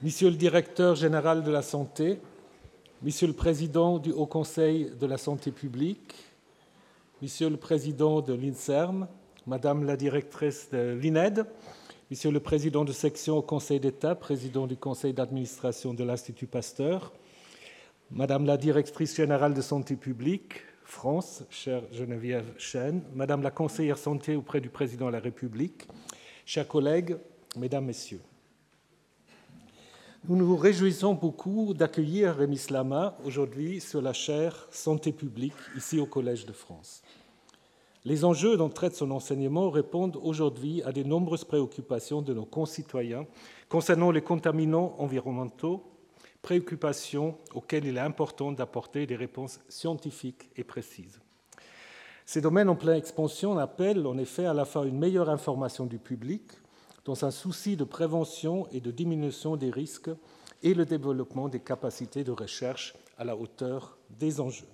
Monsieur le directeur général de la santé, Monsieur le président du Haut Conseil de la santé publique, Monsieur le président de l'INSERM, Madame la directrice de l'INED, Monsieur le président de section au Conseil d'État, président du conseil d'administration de l'Institut Pasteur, Madame la directrice générale de santé publique, France, chère Geneviève Chêne, Madame la conseillère santé auprès du président de la République, chers collègues, Mesdames, Messieurs. Nous nous réjouissons beaucoup d'accueillir Rémi Slama aujourd'hui sur la chaire Santé publique, ici au Collège de France. Les enjeux dont traite son enseignement répondent aujourd'hui à de nombreuses préoccupations de nos concitoyens concernant les contaminants environnementaux, préoccupations auxquelles il est important d'apporter des réponses scientifiques et précises. Ces domaines en pleine expansion appellent en effet à la fois une meilleure information du public, dans un souci de prévention et de diminution des risques et le développement des capacités de recherche à la hauteur des enjeux.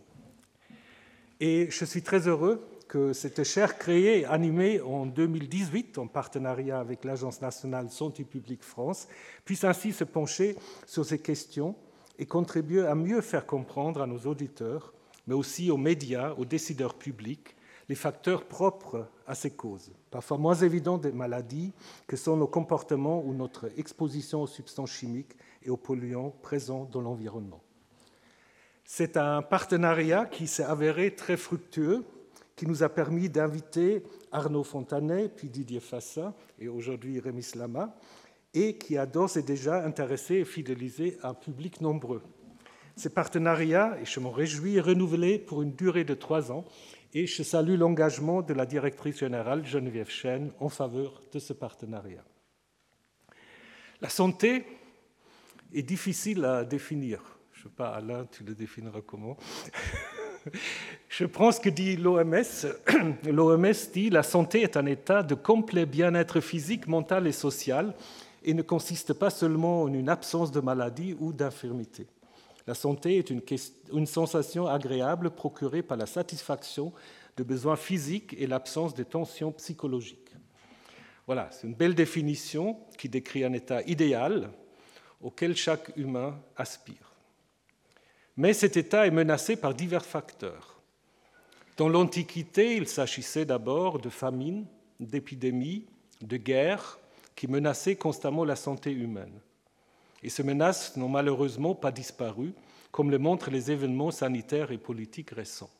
Et je suis très heureux que cette chaire créée et animée en 2018 en partenariat avec l'Agence nationale Santé publique France puisse ainsi se pencher sur ces questions et contribuer à mieux faire comprendre à nos auditeurs, mais aussi aux médias, aux décideurs publics, les facteurs propres à ces causes, parfois moins évidents des maladies que sont nos comportements ou notre exposition aux substances chimiques et aux polluants présents dans l'environnement. C'est un partenariat qui s'est avéré très fructueux, qui nous a permis d'inviter Arnaud Fontanet, puis Didier Fassa, et aujourd'hui Rémi Slama, et qui a d'ores et déjà intéressé et fidélisé un public nombreux. Ces partenariats, et je m'en réjouis, est renouvelé pour une durée de 3 ans, et je salue l'engagement de la directrice générale Geneviève Chêne en faveur de ce partenariat. La santé est difficile à définir. Je ne sais pas, Alain, tu le définiras comment? Je prends ce que dit l'OMS. L'OMS dit « La santé est un état de complet bien-être physique, mental et social et ne consiste pas seulement en une absence de maladie ou d'infirmité. La santé est une sensation agréable procurée par la satisfaction de besoins physiques et l'absence de tensions psychologiques. » Voilà, c'est une belle définition qui décrit un état idéal auquel chaque humain aspire. Mais cet état est menacé par divers facteurs. Dans l'Antiquité, il s'agissait d'abord de famines, d'épidémies, de guerres qui menaçaient constamment la santé humaine. Et ces menaces n'ont malheureusement pas disparu, comme le montrent les événements sanitaires et politiques récents.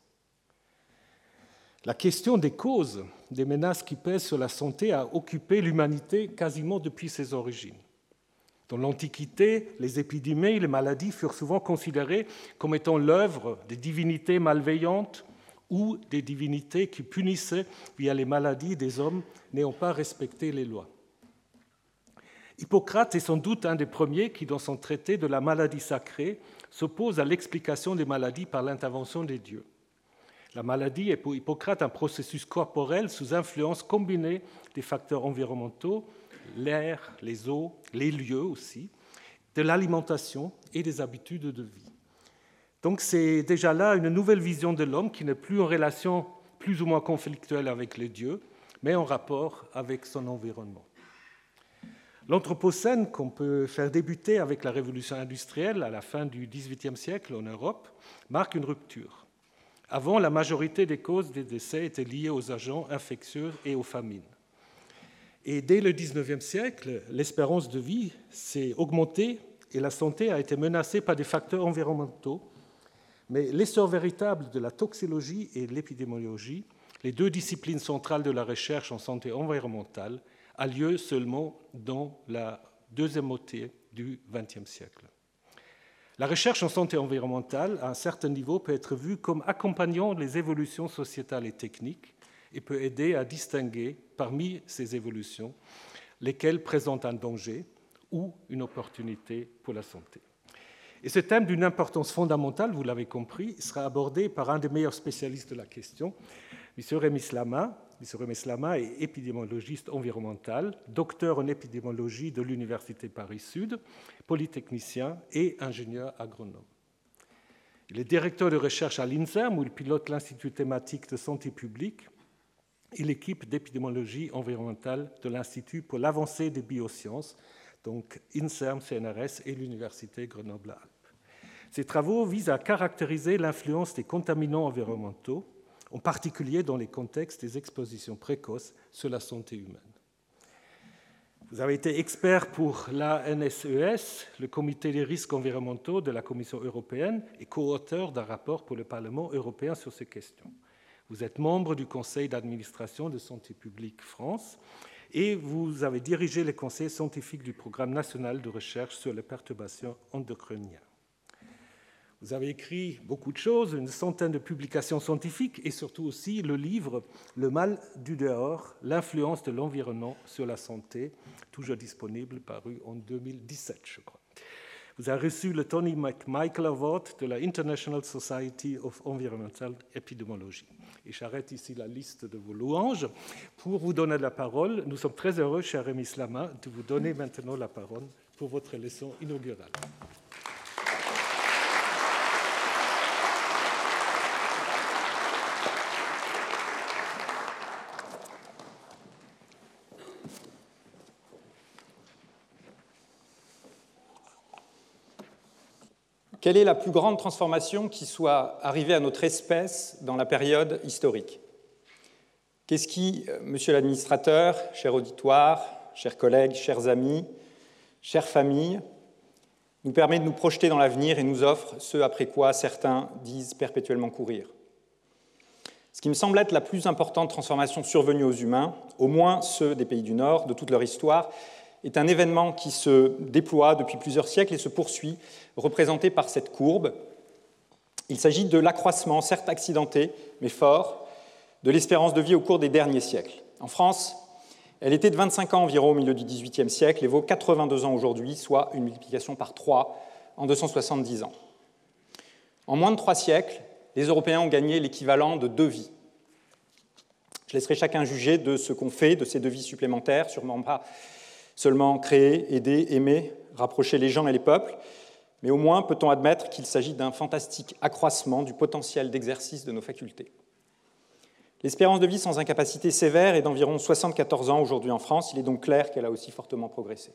La question des causes des menaces qui pèsent sur la santé a occupé l'humanité quasiment depuis ses origines. Dans l'Antiquité, les épidémies et les maladies furent souvent considérées comme étant l'œuvre des divinités malveillantes ou des divinités qui punissaient via les maladies des hommes n'ayant pas respecté les lois. Hippocrate est sans doute un des premiers qui, dans son traité de la maladie sacrée, s'oppose à l'explication des maladies par l'intervention des dieux. La maladie est pour Hippocrate un processus corporel sous influence combinée des facteurs environnementaux, l'air, les eaux, les lieux aussi, de l'alimentation et des habitudes de vie. Donc c'est déjà là une nouvelle vision de l'homme qui n'est plus en relation plus ou moins conflictuelle avec les dieux, mais en rapport avec son environnement. L'Anthropocène, qu'on peut faire débuter avec la révolution industrielle à la fin du XVIIIe siècle en Europe, marque une rupture. Avant, la majorité des causes des décès étaient liées aux agents infectieux et aux famines. Et dès le XIXe siècle, l'espérance de vie s'est augmentée et la santé a été menacée par des facteurs environnementaux. Mais l'essor véritable de la toxicologie et de l'épidémiologie, les deux disciplines centrales de la recherche en santé environnementale, a lieu seulement dans la deuxième moitié du XXe siècle. La recherche en santé environnementale, à un certain niveau, peut être vue comme accompagnant les évolutions sociétales et techniques et peut aider à distinguer parmi ces évolutions lesquelles présentent un danger ou une opportunité pour la santé. Et ce thème d'une importance fondamentale, vous l'avez compris, sera abordé par un des meilleurs spécialistes de la question, M. Rémi Slama. M. Rémi Slama est épidémiologiste environnemental, docteur en épidémiologie de l'Université Paris-Sud, polytechnicien et ingénieur agronome. Il est directeur de recherche à l'INSERM, où il pilote l'Institut thématique de santé publique et l'équipe d'épidémiologie environnementale de l'Institut pour l'avancée des biosciences, donc INSERM, CNRS et l'Université Grenoble-Alpes. Ces travaux visent à caractériser l'influence des contaminants environnementaux, en particulier dans les contextes des expositions précoces sur la santé humaine. Vous avez été expert pour l'ANSES, le Comité des risques environnementaux de la Commission européenne, et co-auteur d'un rapport pour le Parlement européen sur ces questions. Vous êtes membre du Conseil d'administration de Santé publique France et vous avez dirigé les conseils scientifiques du Programme national de recherche sur les perturbations endocriniennes. Vous avez écrit beaucoup de choses, une centaine de publications scientifiques et surtout aussi le livre « Le mal du dehors, l'influence de l'environnement sur la santé », toujours disponible, paru en 2017, je crois. Vous avez reçu le Tony McMichael Award de la International Society of Environmental Epidemiology. Et j'arrête ici la liste de vos louanges. Pour vous donner la parole, nous sommes très heureux, cher Rémi Slama, de vous donner maintenant la parole pour votre leçon inaugurale. Quelle est la plus grande transformation qui soit arrivée à notre espèce dans la période historique? Qu'est-ce qui, monsieur l'administrateur, cher auditoire, chers collègues, chers amis, chères familles, nous permet de nous projeter dans l'avenir et nous offre ce après quoi certains disent perpétuellement courir? Ce qui me semble être la plus importante transformation survenue aux humains, au moins ceux des pays du Nord, de toute leur histoire, est un événement qui se déploie depuis plusieurs siècles et se poursuit, représenté par cette courbe. Il s'agit de l'accroissement, certes accidenté, mais fort, de l'espérance de vie au cours des derniers siècles. En France, elle était de 25 ans environ au milieu du XVIIIe siècle et vaut 82 ans aujourd'hui, soit une multiplication par 3 en 270 ans. En moins de 3 siècles, les Européens ont gagné l'équivalent de 2 vies. Je laisserai chacun juger de ce qu'on fait de ces 2 vies supplémentaires, sûrement pas seulement créer, aider, aimer, rapprocher les gens et les peuples, mais au moins peut-on admettre qu'il s'agit d'un fantastique accroissement du potentiel d'exercice de nos facultés. L'espérance de vie sans incapacité sévère est d'environ 74 ans aujourd'hui en France, il est donc clair qu'elle a aussi fortement progressé.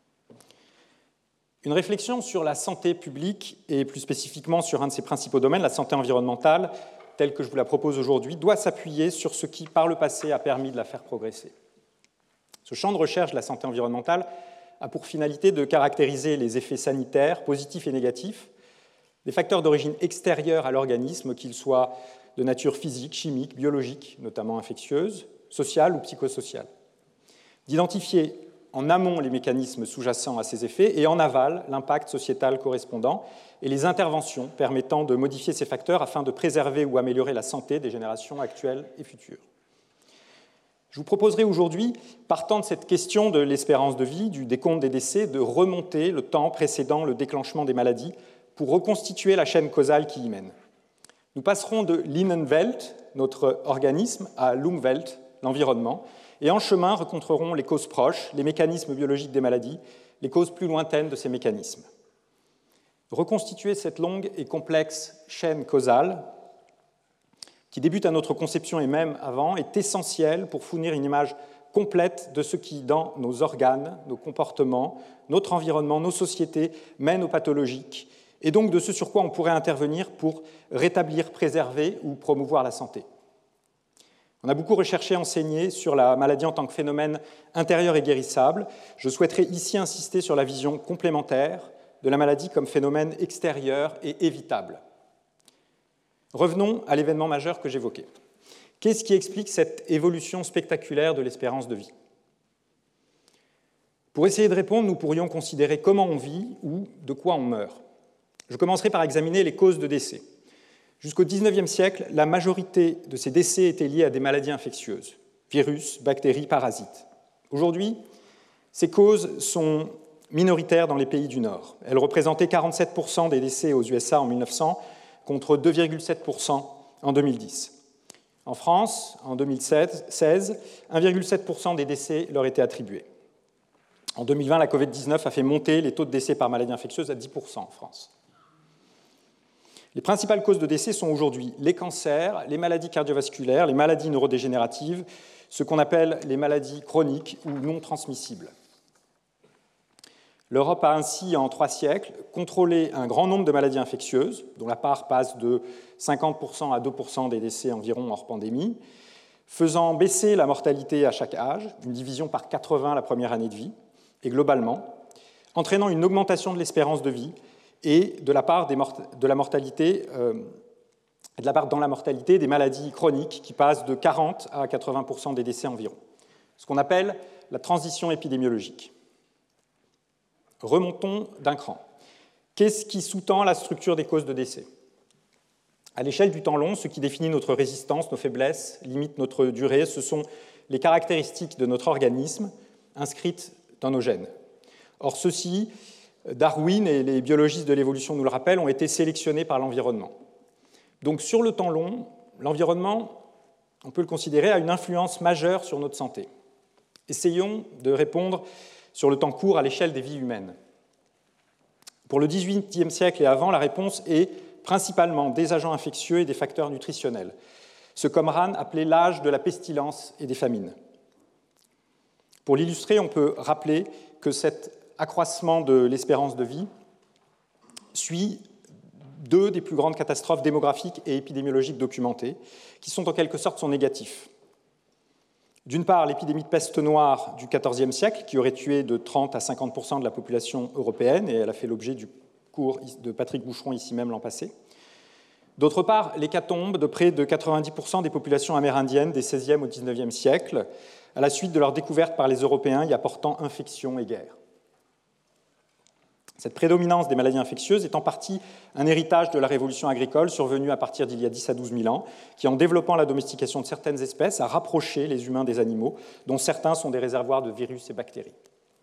Une réflexion sur la santé publique, et plus spécifiquement sur un de ses principaux domaines, la santé environnementale, telle que je vous la propose aujourd'hui, doit s'appuyer sur ce qui, par le passé, a permis de la faire progresser. Ce champ de recherche de la santé environnementale a pour finalité de caractériser les effets sanitaires, positifs et négatifs, des facteurs d'origine extérieure à l'organisme, qu'ils soient de nature physique, chimique, biologique, notamment infectieuse, sociale ou psychosociale. D'identifier en amont les mécanismes sous-jacents à ces effets et en aval l'impact sociétal correspondant et les interventions permettant de modifier ces facteurs afin de préserver ou améliorer la santé des générations actuelles et futures. Je vous proposerai aujourd'hui, partant de cette question de l'espérance de vie, du décompte des décès, de remonter le temps précédant le déclenchement des maladies pour reconstituer la chaîne causale qui y mène. Nous passerons de l'Innenwelt, notre organisme, à l'Umwelt, l'environnement, et en chemin rencontrerons les causes proches, les mécanismes biologiques des maladies, les causes plus lointaines de ces mécanismes. Reconstituer cette longue et complexe chaîne causale, qui débute à notre conception et même avant, est essentiel pour fournir une image complète de ce qui, dans nos organes, nos comportements, notre environnement, nos sociétés, mène aux pathologiques, et donc de ce sur quoi on pourrait intervenir pour rétablir, préserver ou promouvoir la santé. On a beaucoup recherché et enseigné sur la maladie en tant que phénomène intérieur et guérissable. Je souhaiterais ici insister sur la vision complémentaire de la maladie comme phénomène extérieur et évitable. Revenons à l'événement majeur que j'évoquais. Qu'est-ce qui explique cette évolution spectaculaire de l'espérance de vie? Pour essayer de répondre, nous pourrions considérer comment on vit ou de quoi on meurt. Je commencerai par examiner les causes de décès. Jusqu'au XIXe siècle, la majorité de ces décès étaient liés à des maladies infectieuses, virus, bactéries, parasites. Aujourd'hui, ces causes sont minoritaires dans les pays du Nord. Elles représentaient 47% des décès aux USA en 1900, contre 2,7% en 2010. En France, en 2016, 1,7% des décès leur étaient attribués. En 2020, la Covid-19 a fait monter les taux de décès par maladie infectieuse à 10% en France. Les principales causes de décès sont aujourd'hui les cancers, les maladies cardiovasculaires, les maladies neurodégénératives, ce qu'on appelle les maladies chroniques ou non transmissibles. L'Europe a ainsi, en 3 siècles, contrôlé un grand nombre de maladies infectieuses, dont la part passe de 50% à 2% des décès environ hors pandémie, faisant baisser la mortalité à chaque âge, une division par 80 la première année de vie, et globalement, entraînant une augmentation de l'espérance de vie et de la part de la mortalité, dans la mortalité des maladies chroniques qui passent de 40 à 80% des décès environ. Ce qu'on appelle la transition épidémiologique. Remontons d'un cran. Qu'est-ce qui sous-tend la structure des causes de décès? À l'échelle du temps long, ce qui définit notre résistance, nos faiblesses, limite notre durée, ce sont les caractéristiques de notre organisme inscrites dans nos gènes. Or, ceux-ci, Darwin et les biologistes de l'évolution nous le rappellent, ont été sélectionnés par l'environnement. Donc, sur le temps long, l'environnement, on peut le considérer, a une influence majeure sur notre santé. Essayons de répondre sur le temps court à l'échelle des vies humaines. Pour le XVIIIe siècle et avant, la réponse est principalement des agents infectieux et des facteurs nutritionnels, ce qu'Omran appelait l'âge de la pestilence et des famines. Pour l'illustrer, on peut rappeler que cet accroissement de l'espérance de vie suit 2 des plus grandes catastrophes démographiques et épidémiologiques documentées, qui sont en quelque sorte son négatif. D'une part, l'épidémie de peste noire du XIVe siècle, qui aurait tué de 30 à 50% de la population européenne, et elle a fait l'objet du cours de Patrick Boucheron ici même l'an passé. D'autre part, l'hécatombe de près de 90% des populations amérindiennes des XVIe au XIXe siècle, à la suite de leur découverte par les Européens y apportant infection et guerre. Cette prédominance des maladies infectieuses est en partie un héritage de la révolution agricole survenue à partir d'il y a 10 à 12 000 ans, qui, en développant la domestication de certaines espèces, a rapproché les humains des animaux, dont certains sont des réservoirs de virus et bactéries.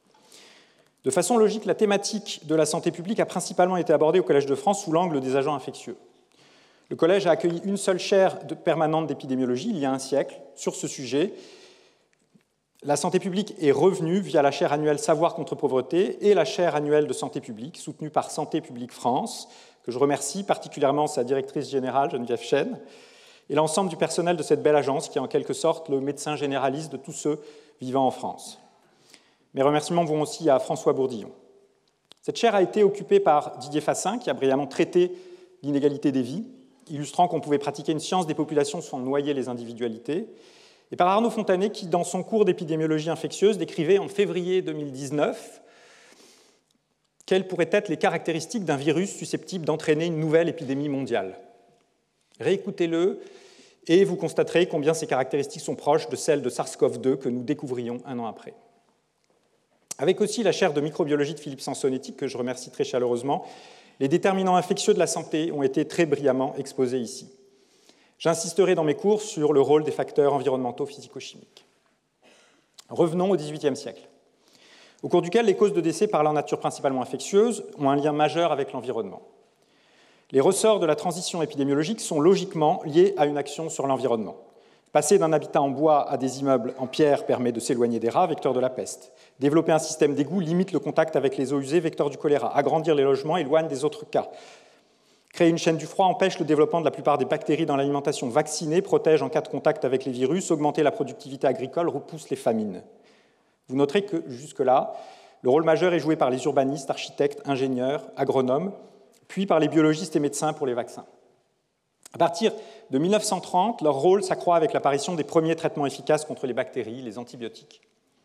De façon logique, la thématique de la santé publique a principalement été abordée au Collège de France sous l'angle des agents infectieux. Le Collège a accueilli une seule chaire permanente d'épidémiologie il y a un siècle sur ce sujet. La santé publique est revenue via la chaire annuelle Savoir contre pauvreté et la chaire annuelle de santé publique, soutenue par Santé publique France, que je remercie particulièrement sa directrice générale, Geneviève Chêne, et l'ensemble du personnel de cette belle agence qui est en quelque sorte le médecin généraliste de tous ceux vivant en France. Mes remerciements vont aussi à François Bourdillon. Cette chaire a été occupée par Didier Fassin, qui a brillamment traité l'inégalité des vies, illustrant qu'on pouvait pratiquer une science des populations sans noyer les individualités, et par Arnaud Fontanet, qui, dans son cours d'épidémiologie infectieuse, décrivait en février 2019 quelles pourraient être les caractéristiques d'un virus susceptible d'entraîner une nouvelle épidémie mondiale. Réécoutez-le et vous constaterez combien ces caractéristiques sont proches de celles de SARS-CoV-2 que nous découvrions un an après. Avec aussi la chaire de microbiologie de Philippe Sansonetti, que je remercie très chaleureusement, les déterminants infectieux de la santé ont été très brillamment exposés ici. J'insisterai dans mes cours sur le rôle des facteurs environnementaux physico-chimiques. Revenons au XVIIIe siècle, au cours duquel les causes de décès par leur nature principalement infectieuse ont un lien majeur avec l'environnement. Les ressorts de la transition épidémiologique sont logiquement liés à une action sur l'environnement. Passer d'un habitat en bois à des immeubles en pierre permet de s'éloigner des rats, vecteurs de la peste. Développer un système d'égout limite le contact avec les eaux usées, vecteurs du choléra. Agrandir les logements éloigne des autres cas. Créer une chaîne du froid empêche le développement de la plupart des bactéries dans l'alimentation. Vacciner protège en cas de contact avec les virus. Augmenter la productivité agricole repousse les famines. Vous noterez que, jusque-là, le rôle majeur est joué par les urbanistes, architectes, ingénieurs, agronomes, puis par les biologistes et médecins pour les vaccins. À partir de 1930, leur rôle s'accroît avec l'apparition des premiers traitements efficaces contre les bactéries, les antibiotiques.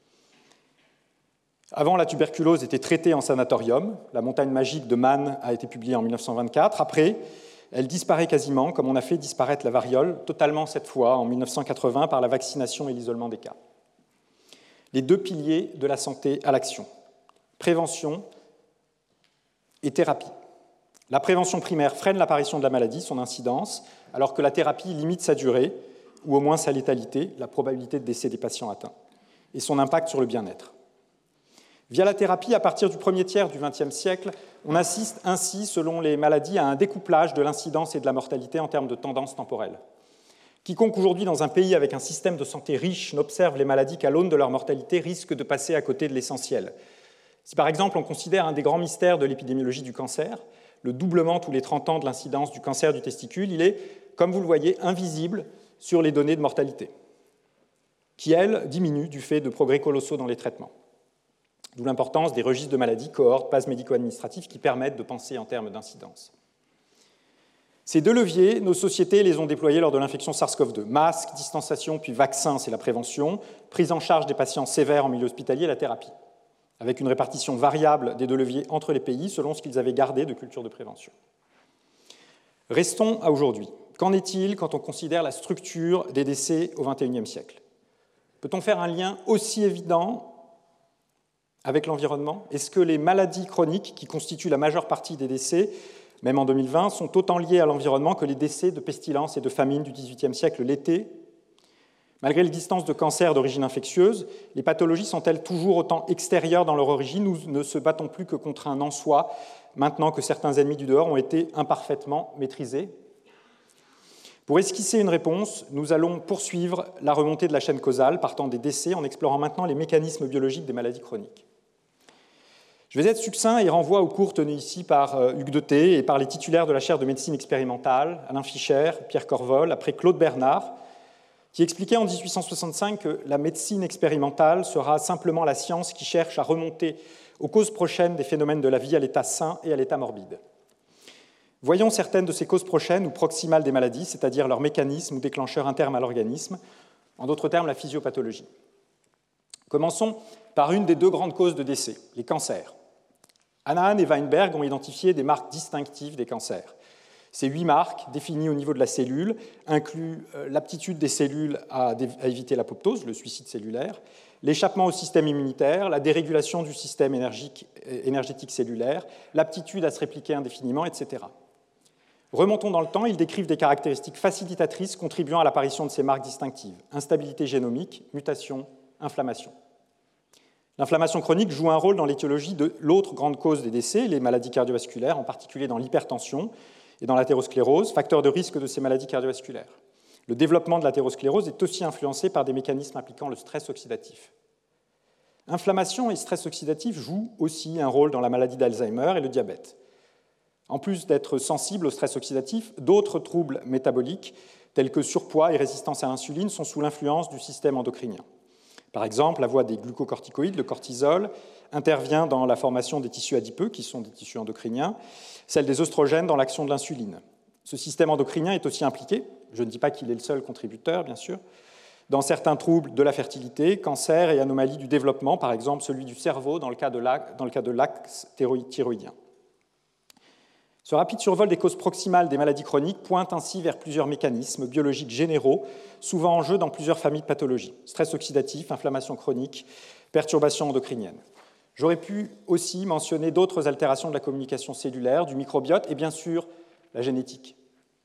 Avant, la tuberculose était traitée en sanatorium. La montagne magique de Mann a été publiée en 1924. Après, elle disparaît quasiment, comme on a fait disparaître la variole, totalement cette fois, en 1980, par la vaccination et l'isolement des cas. Les 2 piliers de la santé à l'action, prévention et thérapie. La prévention primaire freine l'apparition de la maladie, son incidence, alors que la thérapie limite sa durée, ou au moins sa létalité, la probabilité de décès des patients atteints, et son impact sur le bien-être. Via la thérapie, à partir du premier tiers du XXe siècle, on assiste ainsi, selon les maladies, à un découplage de l'incidence et de la mortalité en termes de tendance temporelle. Quiconque aujourd'hui, dans un pays avec un système de santé riche, n'observe les maladies qu'à l'aune de leur mortalité, risque de passer à côté de l'essentiel. Si par exemple on considère un des grands mystères de l'épidémiologie du cancer, le doublement tous les 30 ans de l'incidence du cancer du testicule, il est, comme vous le voyez, invisible sur les données de mortalité, qui, elles, diminuent du fait de progrès colossaux dans les traitements. D'où l'importance des registres de maladies, cohortes, bases médico-administratives qui permettent de penser en termes d'incidence. Ces deux leviers, nos sociétés les ont déployés lors de l'infection SARS-CoV-2. Masques, distanciation, puis vaccins, c'est la prévention. Prise en charge des patients sévères en milieu hospitalier, la thérapie. Avec une répartition variable des deux leviers entre les pays selon ce qu'ils avaient gardé de culture de prévention. Restons à aujourd'hui. Qu'en est-il quand on considère la structure des décès au XXIe siècle? Peut-on faire un lien aussi évident avec l'environnement? Est-ce que les maladies chroniques, qui constituent la majeure partie des décès, même en 2020, sont autant liées à l'environnement que les décès de pestilence et de famine du XVIIIe siècle l'été? Malgré l'existence de cancers d'origine infectieuse, les pathologies sont-elles toujours autant extérieures dans leur origine? Nous ne se battons plus que contre un en soi, maintenant que certains ennemis du dehors ont été imparfaitement maîtrisés? Pour esquisser une réponse, nous allons poursuivre la remontée de la chaîne causale, partant des décès, en explorant maintenant les mécanismes biologiques des maladies chroniques. Je vais être succinct et renvoie au cours tenu ici par Hugues Deté et par les titulaires de la chaire de médecine expérimentale, Alain Fischer, Pierre Corvol, après Claude Bernard, qui expliquait en 1865 que la médecine expérimentale sera simplement la science qui cherche à remonter aux causes prochaines des phénomènes de la vie à l'état sain et à l'état morbide. Voyons certaines de ces causes prochaines ou proximales des maladies, c'est-à-dire leurs mécanismes ou déclencheurs internes à l'organisme, en d'autres termes la physiopathologie. Commençons par une des deux grandes causes de décès, les cancers. Hanahan et Weinberg ont identifié des marques distinctives des cancers. Ces 8 marques, définies au niveau de la cellule, incluent l'aptitude des cellules à éviter l'apoptose, le suicide cellulaire, l'échappement au système immunitaire, la dérégulation du système énergétique cellulaire, l'aptitude à se répliquer indéfiniment, etc. Remontons dans le temps, ils décrivent des caractéristiques facilitatrices contribuant à l'apparition de ces marques distinctives. Instabilité génomique, mutation, inflammation. L'inflammation chronique joue un rôle dans l'étiologie de l'autre grande cause des décès, les maladies cardiovasculaires, en particulier dans l'hypertension et dans l'athérosclérose, facteur de risque de ces maladies cardiovasculaires. Le développement de l'athérosclérose est aussi influencé par des mécanismes impliquant le stress oxydatif. Inflammation et stress oxydatif jouent aussi un rôle dans la maladie d'Alzheimer et le diabète. En plus d'être sensibles au stress oxydatif, d'autres troubles métaboliques, tels que surpoids et résistance à l'insuline, sont sous l'influence du système endocrinien. Par exemple, la voie des glucocorticoïdes, le cortisol, intervient dans la formation des tissus adipeux, qui sont des tissus endocriniens, celle des oestrogènes dans l'action de l'insuline. Ce système endocrinien est aussi impliqué, je ne dis pas qu'il est le seul contributeur, bien sûr, dans certains troubles de la fertilité, cancers et anomalies du développement, par exemple celui du cerveau dans le cas de l'axe thyroïdien. Ce rapide survol des causes proximales des maladies chroniques pointe ainsi vers plusieurs mécanismes biologiques généraux, souvent en jeu dans plusieurs familles de pathologies. Stress oxydatif, inflammation chronique, perturbations endocriniennes. J'aurais pu aussi mentionner d'autres altérations de la communication cellulaire, du microbiote et bien sûr la génétique.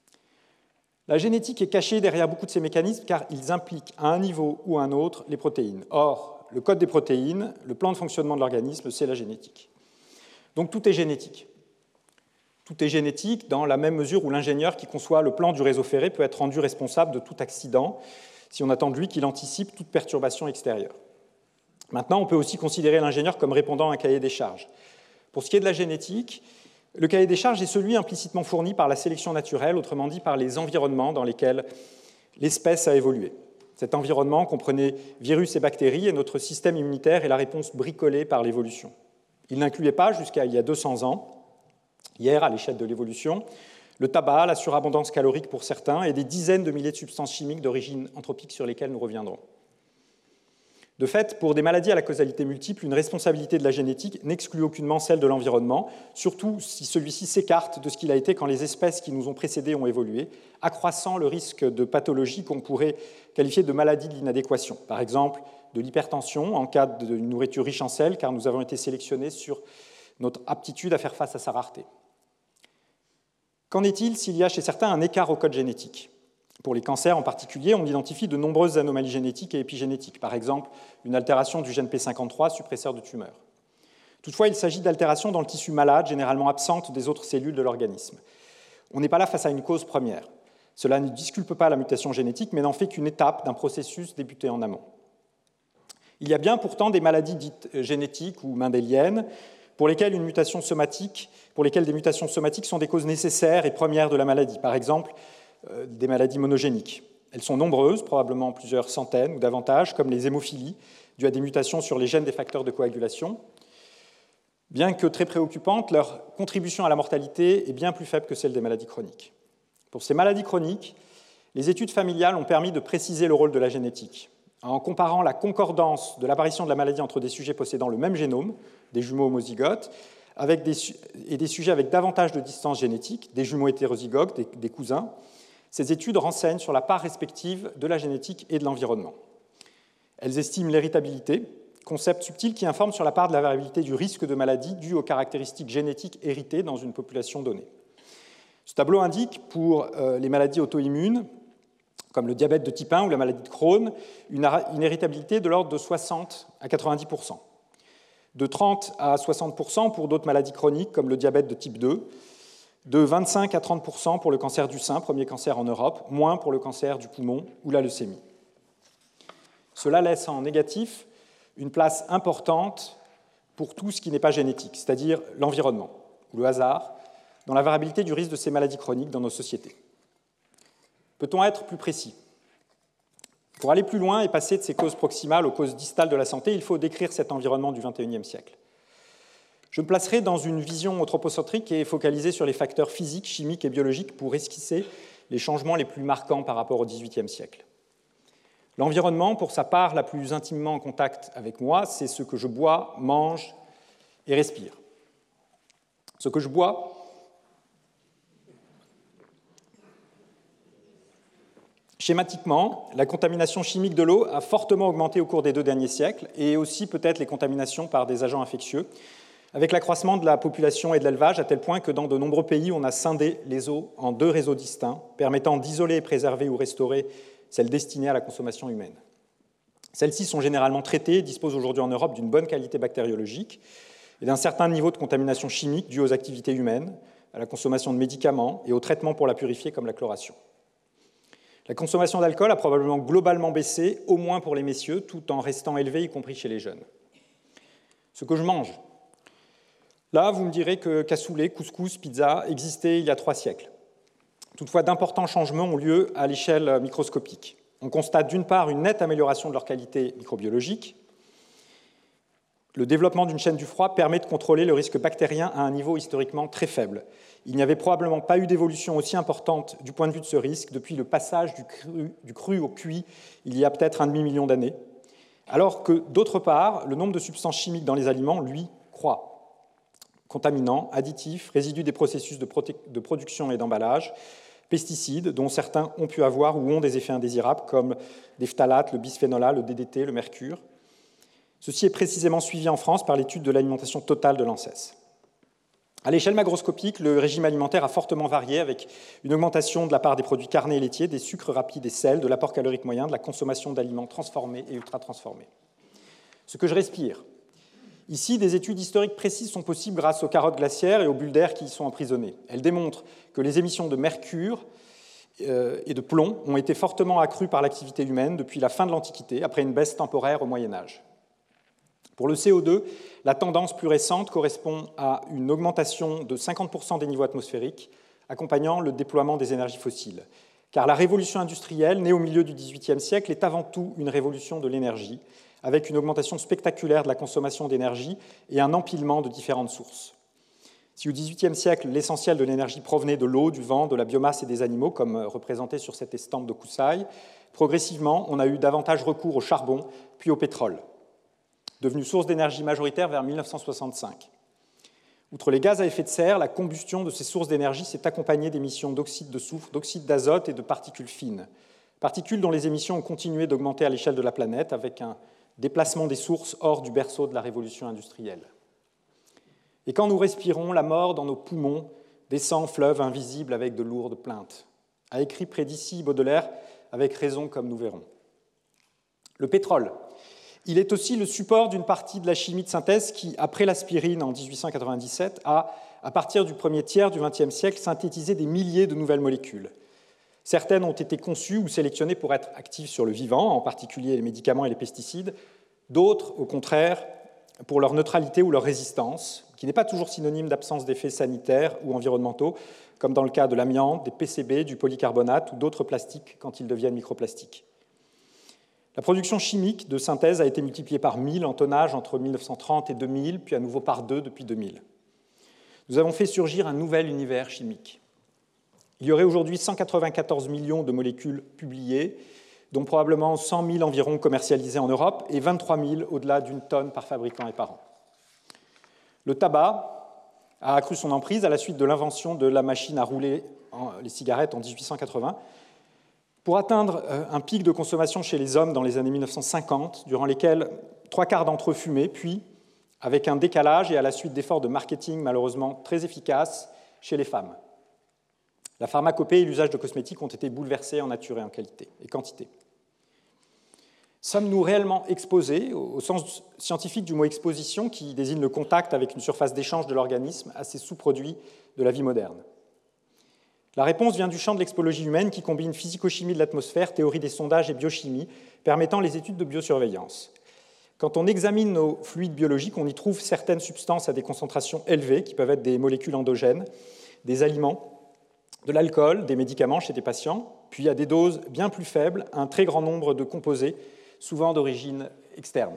La génétique est cachée derrière beaucoup de ces mécanismes car ils impliquent à un niveau ou à un autre les protéines. Or, le code des protéines, le plan de fonctionnement de l'organisme, c'est la génétique. Donc tout est génétique. Tout est génétique dans la même mesure où l'ingénieur qui conçoit le plan du réseau ferré peut être rendu responsable de tout accident si on attend de lui qu'il anticipe toute perturbation extérieure. Maintenant, on peut aussi considérer l'ingénieur comme répondant à un cahier des charges. Pour ce qui est de la génétique, le cahier des charges est celui implicitement fourni par la sélection naturelle, autrement dit par les environnements dans lesquels l'espèce a évolué. Cet environnement comprenait virus et bactéries et notre système immunitaire est la réponse bricolée par l'évolution. Il n'incluait pas, jusqu'à il y a 200 ans, hier à l'échelle de l'évolution, le tabac, la surabondance calorique pour certains et des dizaines de milliers de substances chimiques d'origine anthropique sur lesquelles nous reviendrons. De fait, pour des maladies à la causalité multiple, une responsabilité de la génétique n'exclut aucunement celle de l'environnement, surtout si celui-ci s'écarte de ce qu'il a été quand les espèces qui nous ont précédés ont évolué, accroissant le risque de pathologie qu'on pourrait qualifier de maladie de l'inadéquation. Par exemple, de l'hypertension en cas d'une nourriture riche en sel, car nous avons été sélectionnés sur notre aptitude à faire face à sa rareté. Qu'en est-il s'il y a chez certains un écart au code génétique ? Pour les cancers en particulier, on identifie de nombreuses anomalies génétiques et épigénétiques, par exemple une altération du gène P53, suppresseur de tumeurs. Toutefois, il s'agit d'altérations dans le tissu malade, généralement absentes des autres cellules de l'organisme. On n'est pas là face à une cause première. Cela ne disculpe pas la mutation génétique, mais n'en fait qu'une étape d'un processus débuté en amont. Il y a bien pourtant des maladies dites génétiques ou mendéliennes, pour lesquelles des mutations somatiques sont des causes nécessaires et premières de la maladie. Par exemple, des maladies monogéniques. Elles sont nombreuses, probablement plusieurs centaines ou davantage, comme les hémophilies, dues à des mutations sur les gènes des facteurs de coagulation, Bien que très préoccupante, leur contribution à la mortalité est bien plus faible que celle des maladies chroniques. Pour ces maladies chroniques, les études familiales ont permis de préciser le rôle de la génétique, en comparant la concordance de l'apparition de la maladie entre des sujets possédant le même génome, des jumeaux homozygotes, et des sujets avec davantage de distance génétique, des jumeaux hétérozygotes, des cousins. Ces études renseignent sur la part respective de la génétique et de l'environnement. Elles estiment l'héritabilité, concept subtil qui informe sur la part de la variabilité du risque de maladie due aux caractéristiques génétiques héritées dans une population donnée. Ce tableau indique pour les maladies auto-immunes, comme le diabète de type 1 ou la maladie de Crohn, une héritabilité de l'ordre de 60 à 90%, de 30 à 60% pour d'autres maladies chroniques, comme le diabète de type 2, de 25 à 30% pour le cancer du sein, premier cancer en Europe, moins pour le cancer du poumon ou la leucémie. Cela laisse en négatif une place importante pour tout ce qui n'est pas génétique, c'est-à-dire l'environnement ou le hasard, dans la variabilité du risque de ces maladies chroniques dans nos sociétés. Peut-on être plus précis ? Pour aller plus loin et passer de ces causes proximales aux causes distales de la santé, il faut décrire cet environnement du XXIe siècle. Je me placerai dans une vision anthropocentrique et focalisée sur les facteurs physiques, chimiques et biologiques pour esquisser les changements les plus marquants par rapport au XVIIIe siècle. L'environnement, pour sa part la plus intimement en contact avec moi, c'est ce que je bois, mange et respire. Ce que je bois, schématiquement, la contamination chimique de l'eau a fortement augmenté au cours des 2 derniers siècles, et aussi peut-être les contaminations par des agents infectieux, avec l'accroissement de la population et de l'élevage, à tel point que dans de nombreux pays, on a scindé les eaux en 2 réseaux distincts, permettant d'isoler, préserver ou restaurer celles destinées à la consommation humaine. Celles-ci sont généralement traitées et disposent aujourd'hui en Europe d'une bonne qualité bactériologique et d'un certain niveau de contamination chimique due aux activités humaines, à la consommation de médicaments et aux traitements pour la purifier comme la chloration. La consommation d'alcool a probablement globalement baissé, au moins pour les messieurs, tout en restant élevée, y compris chez les jeunes. Ce que je mange. Là, vous me direz que cassoulet, couscous, pizza existaient il y a 3 siècles. Toutefois, d'importants changements ont lieu à l'échelle microscopique. On constate d'une part une nette amélioration de leur qualité microbiologique. Le développement d'une chaîne du froid permet de contrôler le risque bactérien à un niveau historiquement très faible. Il n'y avait probablement pas eu d'évolution aussi importante du point de vue de ce risque depuis le passage du cru au cuit il y a peut-être un demi-million d'années, alors que, d'autre part, le nombre de substances chimiques dans les aliments, lui, croît. Contaminants, additifs, résidus des processus de production et d'emballage, pesticides, dont certains ont pu avoir ou ont des effets indésirables, comme les phtalates, le bisphénol A, le DDT, le mercure. Ceci est précisément suivi en France par l'étude de l'alimentation totale de l'ANSES. À l'échelle macroscopique, le régime alimentaire a fortement varié, avec une augmentation de la part des produits carnés et laitiers, des sucres rapides et sels, de l'apport calorique moyen, de la consommation d'aliments transformés et ultra-transformés. Ce que je respire. Ici, des études historiques précises sont possibles grâce aux carottes glaciaires et aux bulles d'air qui y sont emprisonnées. Elles démontrent que les émissions de mercure et de plomb ont été fortement accrues par l'activité humaine depuis la fin de l'Antiquité, après une baisse temporaire au Moyen Âge. Pour le CO2, la tendance plus récente correspond à une augmentation de 50% des niveaux atmosphériques, accompagnant le déploiement des énergies fossiles. Car la révolution industrielle, née au milieu du XVIIIe siècle, est avant tout une révolution de l'énergie, avec une augmentation spectaculaire de la consommation d'énergie et un empilement de différentes sources. Si au XVIIIe siècle, l'essentiel de l'énergie provenait de l'eau, du vent, de la biomasse et des animaux, comme représenté sur cette estampe de Koussaï, progressivement, on a eu davantage recours au charbon, puis au pétrole, devenu source d'énergie majoritaire vers 1965. Outre les gaz à effet de serre, la combustion de ces sources d'énergie s'est accompagnée d'émissions d'oxyde de soufre, d'oxyde d'azote et de particules fines, particules dont les émissions ont continué d'augmenter à l'échelle de la planète, avec un déplacement des sources hors du berceau de la révolution industrielle. Et quand nous respirons, la mort dans nos poumons descend fleuve invisible avec de lourdes plaintes, a écrit près d'ici Baudelaire, avec raison comme nous verrons. Le pétrole, il est aussi le support d'une partie de la chimie de synthèse qui, après l'aspirine en 1897, a, à partir du premier tiers du XXe siècle, synthétisé des milliers de nouvelles molécules. Certaines ont été conçues ou sélectionnées pour être actives sur le vivant, en particulier les médicaments et les pesticides. D'autres, au contraire, pour leur neutralité ou leur résistance, qui n'est pas toujours synonyme d'absence d'effets sanitaires ou environnementaux, comme dans le cas de l'amiante, des PCB, du polycarbonate ou d'autres plastiques quand ils deviennent microplastiques. La production chimique de synthèse a été multipliée par 1000 en tonnage entre 1930 et 2000, puis à nouveau par 2 depuis 2000. Nous avons fait surgir un nouvel univers chimique. Il y aurait aujourd'hui 194 millions de molécules publiées, dont probablement 100 000 environ commercialisées en Europe et 23 000 au-delà d'une tonne par fabricant et par an. Le tabac a accru son emprise à la suite de l'invention de la machine à rouler les cigarettes en 1880, pour atteindre un pic de consommation chez les hommes dans les années 1950, durant lesquels 3/4 d'entre eux fumaient, puis, avec un décalage et à la suite d'efforts de marketing malheureusement très efficaces, chez les femmes. La pharmacopée et l'usage de cosmétiques ont été bouleversés en nature et en qualité et quantité. Sommes-nous réellement exposés, au sens scientifique du mot exposition, qui désigne le contact avec une surface d'échange de l'organisme, à ces sous-produits de la vie moderne? La réponse vient du champ de l'expologie humaine qui combine physico-chimie de l'atmosphère, théorie des sondages et biochimie, permettant les études de biosurveillance. Quand on examine nos fluides biologiques, on y trouve certaines substances à des concentrations élevées, qui peuvent être des molécules endogènes, des aliments, de l'alcool, des médicaments chez des patients, puis à des doses bien plus faibles, un très grand nombre de composés, souvent d'origine externe.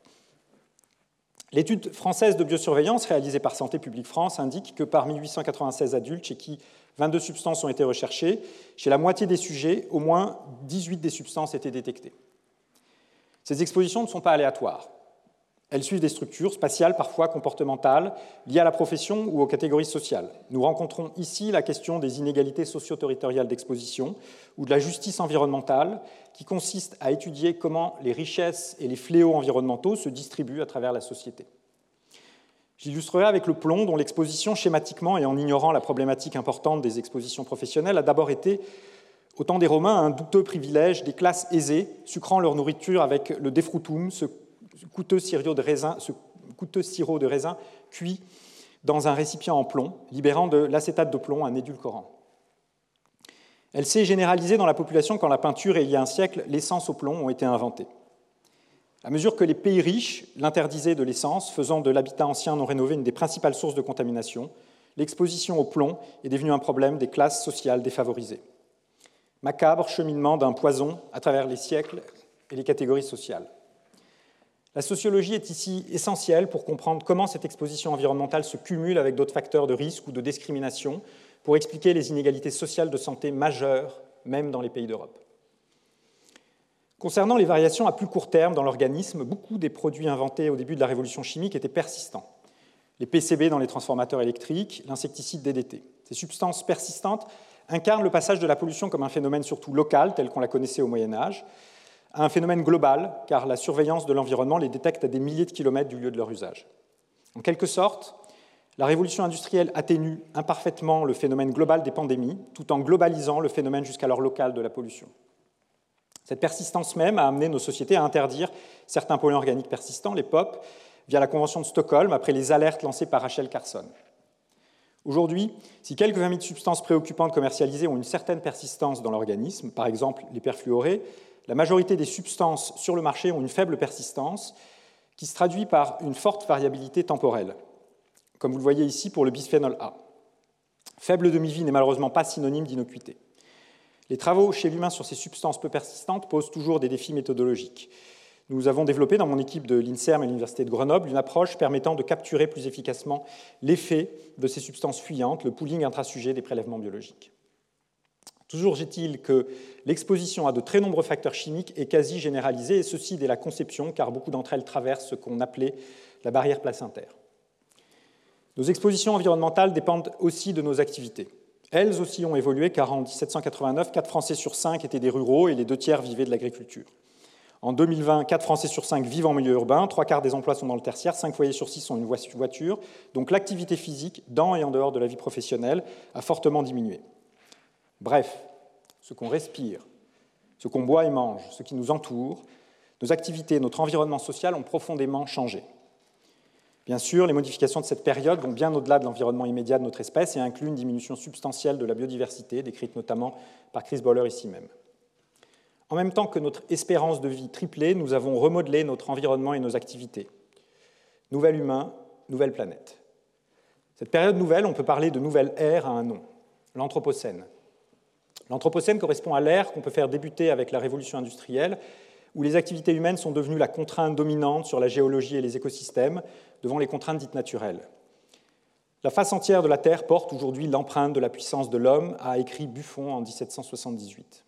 L'étude française de biosurveillance réalisée par Santé publique France indique que parmi 896 adultes chez qui 22 substances ont été recherchées, chez la moitié des sujets, au moins 18 des substances étaient détectées. Ces expositions ne sont pas aléatoires. Elles suivent des structures spatiales, parfois comportementales, liées à la profession ou aux catégories sociales. Nous rencontrons ici la question des inégalités socio-territoriales d'exposition ou de la justice environnementale, qui consiste à étudier comment les richesses et les fléaux environnementaux se distribuent à travers la société. J'illustrerai avec le plomb, dont l'exposition, schématiquement et en ignorant la problématique importante des expositions professionnelles, a d'abord été, au temps des Romains, un douteux privilège des classes aisées, sucrant leur nourriture avec le defrutum, ce coûteux sirop de raisin cuit dans un récipient en plomb, libérant de l'acétate de plomb, un édulcorant. Elle s'est généralisée dans la population quand la peinture et il y a un siècle, l'essence au plomb ont été inventées. À mesure que les pays riches l'interdisaient de l'essence, faisant de l'habitat ancien non rénové une des principales sources de contamination, l'exposition au plomb est devenue un problème des classes sociales défavorisées. Macabre cheminement d'un poison à travers les siècles et les catégories sociales. La sociologie est ici essentielle pour comprendre comment cette exposition environnementale se cumule avec d'autres facteurs de risque ou de discrimination pour expliquer les inégalités sociales de santé majeures, même dans les pays d'Europe. Concernant les variations à plus court terme dans l'organisme, beaucoup des produits inventés au début de la révolution chimique étaient persistants. Les PCB dans les transformateurs électriques, l'insecticide DDT. Ces substances persistantes incarnent le passage de la pollution comme un phénomène surtout local, tel qu'on la connaissait au Moyen-Âge, à un phénomène global, car la surveillance de l'environnement les détecte à des milliers de kilomètres du lieu de leur usage. En quelque sorte, la révolution industrielle atténue imparfaitement le phénomène global des pandémies, tout en globalisant le phénomène jusqu'alors local de la pollution. Cette persistance même a amené nos sociétés à interdire certains polluants organiques persistants, les POP, via la Convention de Stockholm, après les alertes lancées par Rachel Carson. Aujourd'hui, si quelques 20 000 substances préoccupantes commercialisées ont une certaine persistance dans l'organisme, par exemple les perfluorés, la majorité des substances sur le marché ont une faible persistance qui se traduit par une forte variabilité temporelle, comme vous le voyez ici pour le bisphénol A. Faible demi-vie n'est malheureusement pas synonyme d'innocuité. Les travaux chez l'humain sur ces substances peu persistantes posent toujours des défis méthodologiques. Nous avons développé dans mon équipe de l'INSERM et de l'Université de Grenoble une approche permettant de capturer plus efficacement l'effet de ces substances fuyantes, le pooling intrasujet des prélèvements biologiques. Toujours est-il que l'exposition à de très nombreux facteurs chimiques est quasi généralisée, et ceci dès la conception, car beaucoup d'entre elles traversent ce qu'on appelait la barrière placentaire. Nos expositions environnementales dépendent aussi de nos activités. Elles aussi ont évolué, car en 1789, 4 Français sur 5 étaient des ruraux et les 2/3 vivaient de l'agriculture. En 2020, 4 Français sur 5 vivent en milieu urbain, 3/4 des emplois sont dans le tertiaire, 5 foyers sur 6 ont une voiture, donc l'activité physique, dans et en dehors de la vie professionnelle, a fortement diminué. Bref, ce qu'on respire, ce qu'on boit et mange, ce qui nous entoure, nos activités, notre environnement social ont profondément changé. Bien sûr, les modifications de cette période vont bien au-delà de l'environnement immédiat de notre espèce et incluent une diminution substantielle de la biodiversité, décrite notamment par Chris Boller ici même. En même temps que notre espérance de vie triplée, nous avons remodelé notre environnement et nos activités. Nouvel humain, nouvelle planète. Cette période nouvelle, on peut parler de nouvelle ère à un nom, l'Anthropocène. L'Anthropocène correspond à l'ère qu'on peut faire débuter avec la révolution industrielle, où les activités humaines sont devenues la contrainte dominante sur la géologie et les écosystèmes devant les contraintes dites naturelles. La face entière de la Terre porte aujourd'hui l'empreinte de la puissance de l'homme, a écrit Buffon en 1778.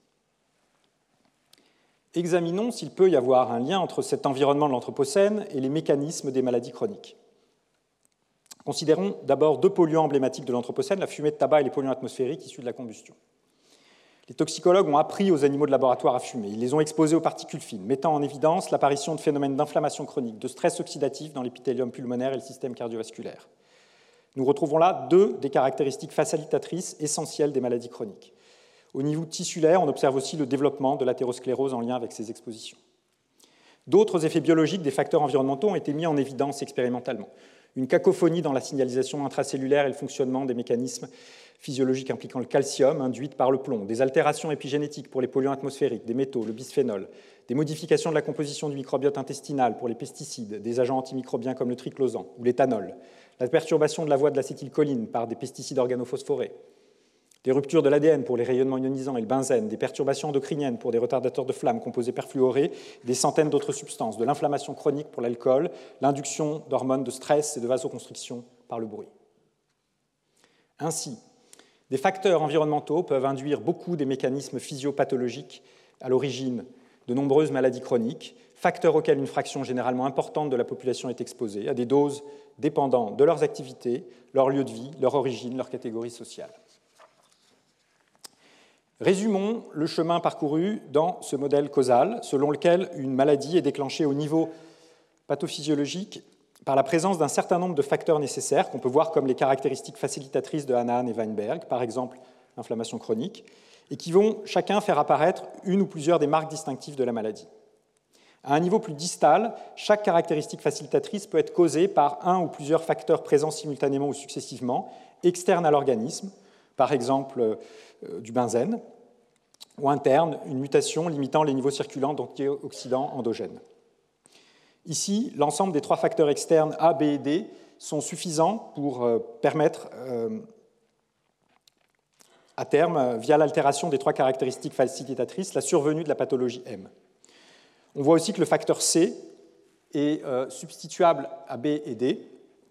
Examinons s'il peut y avoir un lien entre cet environnement de l'Anthropocène et les mécanismes des maladies chroniques. Considérons d'abord deux polluants emblématiques de l'Anthropocène, la fumée de tabac et les polluants atmosphériques issus de la combustion. Les toxicologues ont appris aux animaux de laboratoire à fumer. Ils les ont exposés aux particules fines, mettant en évidence l'apparition de phénomènes d'inflammation chronique, de stress oxydatif dans l'épithélium pulmonaire et le système cardiovasculaire. Nous retrouvons là deux des caractéristiques facilitatrices essentielles des maladies chroniques. Au niveau tissulaire, on observe aussi le développement de l'athérosclérose en lien avec ces expositions. D'autres effets biologiques des facteurs environnementaux ont été mis en évidence expérimentalement. Une cacophonie dans la signalisation intracellulaire et le fonctionnement des mécanismes physiologiques impliquant le calcium, induites par le plomb, des altérations épigénétiques pour les polluants atmosphériques, des métaux, le bisphénol, des modifications de la composition du microbiote intestinal pour les pesticides, des agents antimicrobiens comme le triclosan ou l'éthanol, la perturbation de la voie de l'acétylcholine par des pesticides organophosphorés, des ruptures de l'ADN pour les rayonnements ionisants et le benzène, des perturbations endocriniennes pour des retardateurs de flamme composés perfluorés, des centaines d'autres substances, de l'inflammation chronique pour l'alcool, l'induction d'hormones de stress et de vasoconstriction par le bruit. Ainsi, des facteurs environnementaux peuvent induire beaucoup des mécanismes physiopathologiques à l'origine de nombreuses maladies chroniques, facteurs auxquels une fraction généralement importante de la population est exposée, à des doses dépendant de leurs activités, leur lieu de vie, leur origine, leur catégorie sociale. Résumons le chemin parcouru dans ce modèle causal, selon lequel une maladie est déclenchée au niveau pathophysiologique par la présence d'un certain nombre de facteurs nécessaires, qu'on peut voir comme les caractéristiques facilitatrices de Hanahan et Weinberg, par exemple l'inflammation chronique, et qui vont chacun faire apparaître une ou plusieurs des marques distinctives de la maladie. À un niveau plus distal, chaque caractéristique facilitatrice peut être causée par un ou plusieurs facteurs présents simultanément ou successivement, externes à l'organisme, par exemple du benzène, ou interne, une mutation limitant les niveaux circulants d'antioxydants endogènes. Ici, l'ensemble des trois facteurs externes A, B et D sont suffisants pour permettre à terme, via l'altération des trois caractéristiques facilitatrices, la survenue de la pathologie M. On voit aussi que le facteur C est substituable à B et D,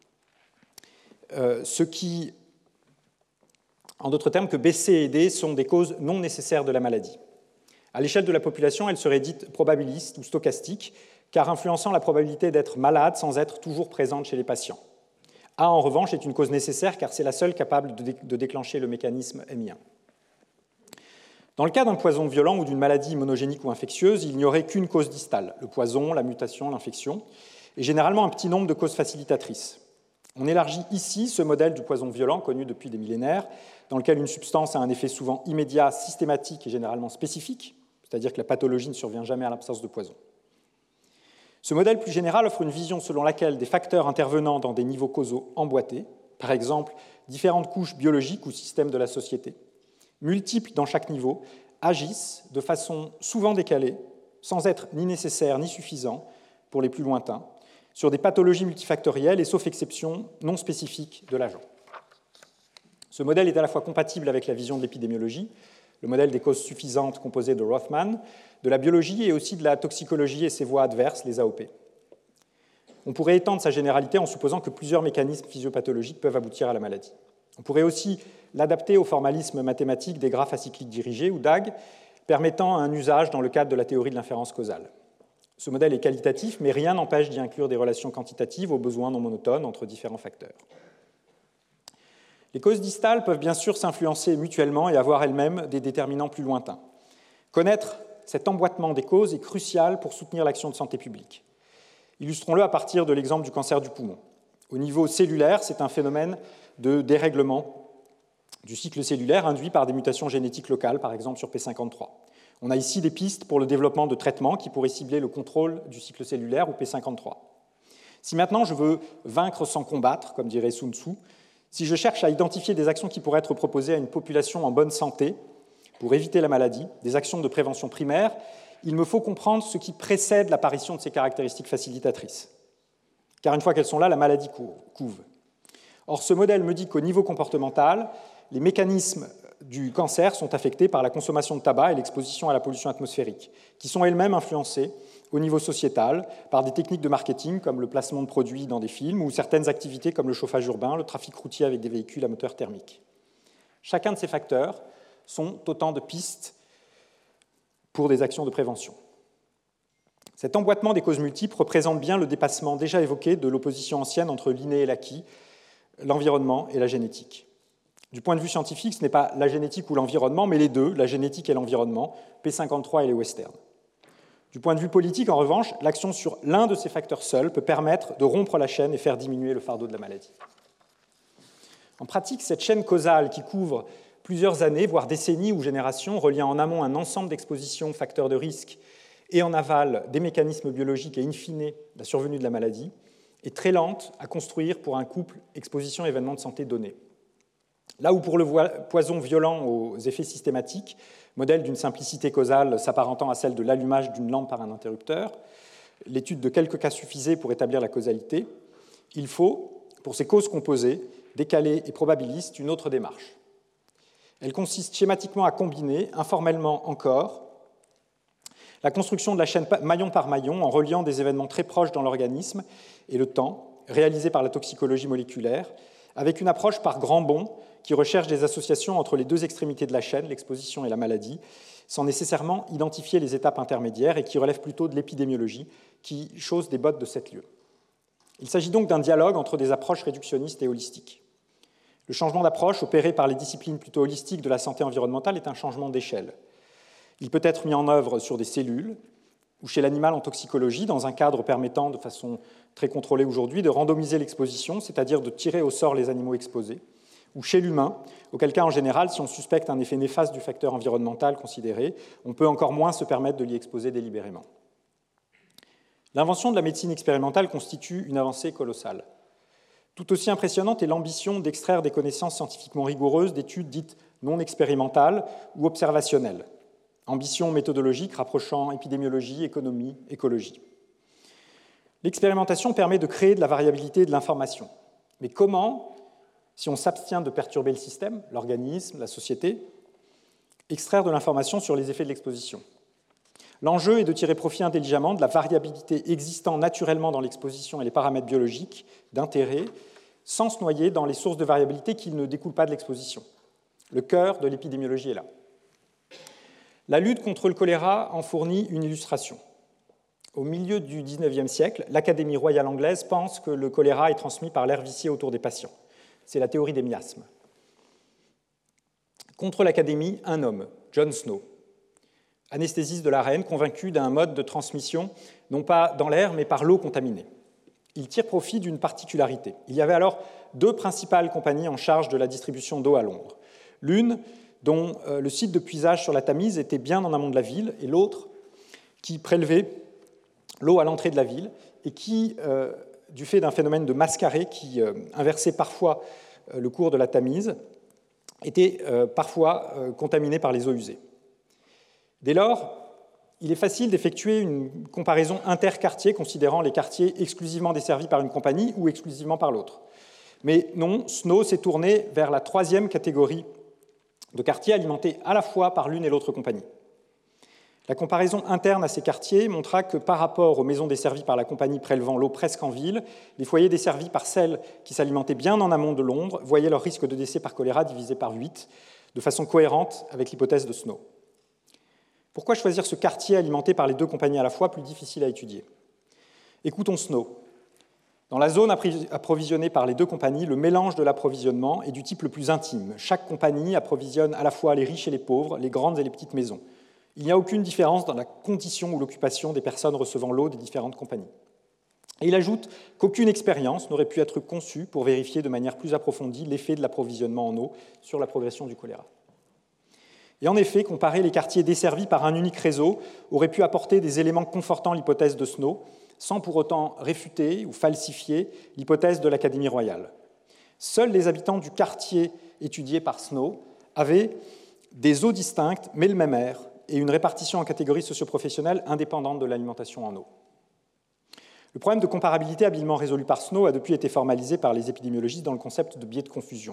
ce qui, en d'autres termes, que B, C et D sont des causes non nécessaires de la maladie. À l'échelle de la population, elles seraient dites probabilistes ou stochastiques, car influençant la probabilité d'être malade sans être toujours présente chez les patients. A, en revanche, est une cause nécessaire, car c'est la seule capable de déclencher le mécanisme hémien. Dans le cas d'un poison violent ou d'une maladie immunogénique ou infectieuse, il n'y aurait qu'une cause distale, le poison, la mutation, l'infection, et généralement un petit nombre de causes facilitatrices. On élargit ici ce modèle du poison violent connu depuis des millénaires, dans lequel une substance a un effet souvent immédiat, systématique et généralement spécifique, c'est-à-dire que la pathologie ne survient jamais à l'absence de poison. Ce modèle plus général offre une vision selon laquelle des facteurs intervenant dans des niveaux causaux emboîtés, par exemple différentes couches biologiques ou systèmes de la société, multiples dans chaque niveau, agissent de façon souvent décalée, sans être ni nécessaires ni suffisants pour les plus lointains, sur des pathologies multifactorielles et, sauf exception, non spécifiques de l'agent. Ce modèle est à la fois compatible avec la vision de l'épidémiologie, le modèle des causes suffisantes composé de Rothman, de la biologie et aussi de la toxicologie et ses voies adverses, les AOP. On pourrait étendre sa généralité en supposant que plusieurs mécanismes physiopathologiques peuvent aboutir à la maladie. On pourrait aussi l'adapter au formalisme mathématique des graphes acycliques dirigés, ou DAG, permettant un usage dans le cadre de la théorie de l'inférence causale. Ce modèle est qualitatif, mais rien n'empêche d'y inclure des relations quantitatives aux besoins non monotones entre différents facteurs. Les causes distales peuvent bien sûr s'influencer mutuellement et avoir elles-mêmes des déterminants plus lointains. Connaître cet emboîtement des causes est crucial pour soutenir l'action de santé publique. Illustrons-le à partir de l'exemple du cancer du poumon. Au niveau cellulaire, c'est un phénomène de dérèglement du cycle cellulaire induit par des mutations génétiques locales, par exemple sur P53. On a ici des pistes pour le développement de traitements qui pourraient cibler le contrôle du cycle cellulaire ou P53. Si maintenant je veux vaincre sans combattre, comme dirait Sun Tzu, si je cherche à identifier des actions qui pourraient être proposées à une population en bonne santé pour éviter la maladie, des actions de prévention primaire, il me faut comprendre ce qui précède l'apparition de ces caractéristiques facilitatrices. Car une fois qu'elles sont là, la maladie couve. Or, ce modèle me dit qu'au niveau comportemental, les mécanismes du cancer sont affectées par la consommation de tabac et l'exposition à la pollution atmosphérique, qui sont elles-mêmes influencées au niveau sociétal par des techniques de marketing comme le placement de produits dans des films ou certaines activités comme le chauffage urbain, le trafic routier avec des véhicules à moteur thermique. Chacun de ces facteurs sont autant de pistes pour des actions de prévention. Cet emboîtement des causes multiples représente bien le dépassement déjà évoqué de l'opposition ancienne entre l'inné et l'acquis, l'environnement et la génétique. Du point de vue scientifique, ce n'est pas la génétique ou l'environnement, mais les deux, la génétique et l'environnement, P53 et les westerns. Du point de vue politique, en revanche, l'action sur l'un de ces facteurs seuls peut permettre de rompre la chaîne et faire diminuer le fardeau de la maladie. En pratique, cette chaîne causale qui couvre plusieurs années, voire décennies ou générations, reliant en amont un ensemble d'expositions, facteurs de risque, et en aval des mécanismes biologiques et in fine la survenue de la maladie, est très lente à construire pour un couple exposition-événement de santé donné. Là où pour le poison violent aux effets systématiques, modèle d'une simplicité causale s'apparentant à celle de l'allumage d'une lampe par un interrupteur, l'étude de quelques cas suffisait pour établir la causalité, il faut, pour ces causes composées, décalées et probabilistes, une autre démarche. Elle consiste schématiquement à combiner, informellement encore, la construction de la chaîne maillon par maillon en reliant des événements très proches dans l'organisme et le temps, réalisés par la toxicologie moléculaire, avec une approche par grands bonds qui recherche des associations entre les deux extrémités de la chaîne, l'exposition et la maladie, sans nécessairement identifier les étapes intermédiaires et qui relève plutôt de l'épidémiologie, qui chausse des bottes de 7 lieues. Il s'agit donc d'un dialogue entre des approches réductionnistes et holistiques. Le changement d'approche opéré par les disciplines plutôt holistiques de la santé environnementale est un changement d'échelle. Il peut être mis en œuvre sur des cellules ou chez l'animal en toxicologie, dans un cadre permettant, de façon très contrôlée aujourd'hui, de randomiser l'exposition, c'est-à-dire de tirer au sort les animaux exposés, ou chez l'humain, auquel cas, en général, si on suspecte un effet néfaste du facteur environnemental considéré, on peut encore moins se permettre de l'y exposer délibérément. L'invention de la médecine expérimentale constitue une avancée colossale. Tout aussi impressionnante est l'ambition d'extraire des connaissances scientifiquement rigoureuses d'études dites non expérimentales ou observationnelles. Ambition méthodologique rapprochant épidémiologie, économie, écologie. L'expérimentation permet de créer de la variabilité de l'information. Mais comment, si on s'abstient de perturber le système, l'organisme, la société, extraire de l'information sur les effets de l'exposition? L'enjeu est de tirer profit intelligemment de la variabilité existant naturellement dans l'exposition et les paramètres biologiques d'intérêt, sans se noyer dans les sources de variabilité qui ne découlent pas de l'exposition. Le cœur de l'épidémiologie est là. La lutte contre le choléra en fournit une illustration. Au milieu du XIXe siècle, l'Académie royale anglaise pense que le choléra est transmis par l'air vicié autour des patients. C'est la théorie des miasmes. Contre l'Académie, un homme, John Snow, anesthésiste de la reine, convaincu d'un mode de transmission, non pas dans l'air, mais par l'eau contaminée. Il tire profit d'une particularité. Il y avait alors 2 principales compagnies en charge de la distribution d'eau à Londres. L'une, dont le site de puisage sur la Tamise était bien en amont de la ville, et l'autre qui prélevait l'eau à l'entrée de la ville et qui, du fait d'un phénomène de masse carrée qui inversait parfois le cours de la Tamise, était parfois contaminée par les eaux usées. Dès lors, il est facile d'effectuer une comparaison interquartier considérant les quartiers exclusivement desservis par une compagnie ou exclusivement par l'autre. Mais non, Snow s'est tourné vers la 3e catégorie de quartiers alimentés à la fois par l'une et l'autre compagnie. La comparaison interne à ces quartiers montra que par rapport aux maisons desservies par la compagnie prélevant l'eau presque en ville, les foyers desservis par celles qui s'alimentaient bien en amont de Londres voyaient leur risque de décès par choléra divisé par 8, de façon cohérente avec l'hypothèse de Snow. Pourquoi choisir ce quartier alimenté par les 2 compagnies à la fois, plus difficile à étudier? Écoutons Snow. Dans la zone approvisionnée par les 2 compagnies, le mélange de l'approvisionnement est du type le plus intime. Chaque compagnie approvisionne à la fois les riches et les pauvres, les grandes et les petites maisons. Il n'y a aucune différence dans la condition ou l'occupation des personnes recevant l'eau des différentes compagnies. Et il ajoute qu'aucune expérience n'aurait pu être conçue pour vérifier de manière plus approfondie l'effet de l'approvisionnement en eau sur la progression du choléra. Et en effet, comparer les quartiers desservis par un unique réseau aurait pu apporter des éléments confortant l'hypothèse de Snow, sans pour autant réfuter ou falsifier l'hypothèse de l'Académie royale. Seuls les habitants du quartier étudié par Snow avaient des eaux distinctes, mais le même air, et une répartition en catégories socioprofessionnelles indépendante de l'alimentation en eau. Le problème de comparabilité habilement résolu par Snow a depuis été formalisé par les épidémiologistes dans le concept de biais de confusion.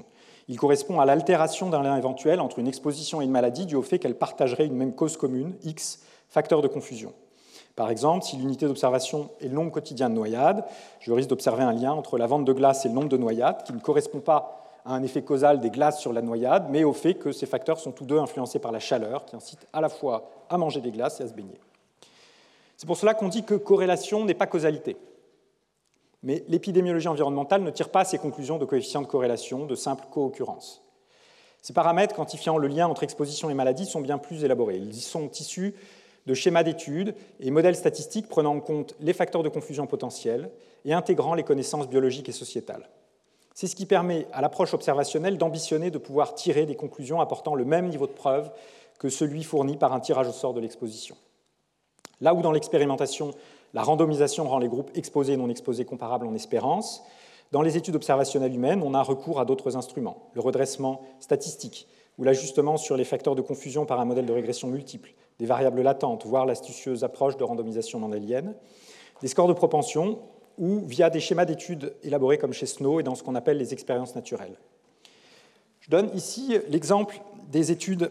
Il correspond à l'altération d'un lien éventuel entre une exposition et une maladie due au fait qu'elles partageraient une même cause commune, X, facteur de confusion. Par exemple, si l'unité d'observation est le nombre quotidien de noyades, je risque d'observer un lien entre la vente de glace et le nombre de noyades qui ne correspond pas à un effet causal des glaces sur la noyade, mais au fait que ces facteurs sont tous deux influencés par la chaleur qui incite à la fois à manger des glaces et à se baigner. C'est pour cela qu'on dit que corrélation n'est pas causalité. Mais l'épidémiologie environnementale ne tire pas ses conclusions de coefficients de corrélation, de simple co-occurrence. Ces paramètres quantifiant le lien entre exposition et maladie sont bien plus élaborés. Ils sont issus de schémas d'études et modèles statistiques prenant en compte les facteurs de confusion potentiels et intégrant les connaissances biologiques et sociétales. C'est ce qui permet à l'approche observationnelle d'ambitionner de pouvoir tirer des conclusions apportant le même niveau de preuve que celui fourni par un tirage au sort de l'exposition. Là où dans l'expérimentation, la randomisation rend les groupes exposés et non exposés comparables en espérance, dans les études observationnelles humaines, on a recours à d'autres instruments, le redressement statistique ou l'ajustement sur les facteurs de confusion par un modèle de régression multiple, des variables latentes, voire l'astucieuse approche de randomisation mendélienne, des scores de propension ou via des schémas d'études élaborés comme chez Snow et dans ce qu'on appelle les expériences naturelles. Je donne ici l'exemple des études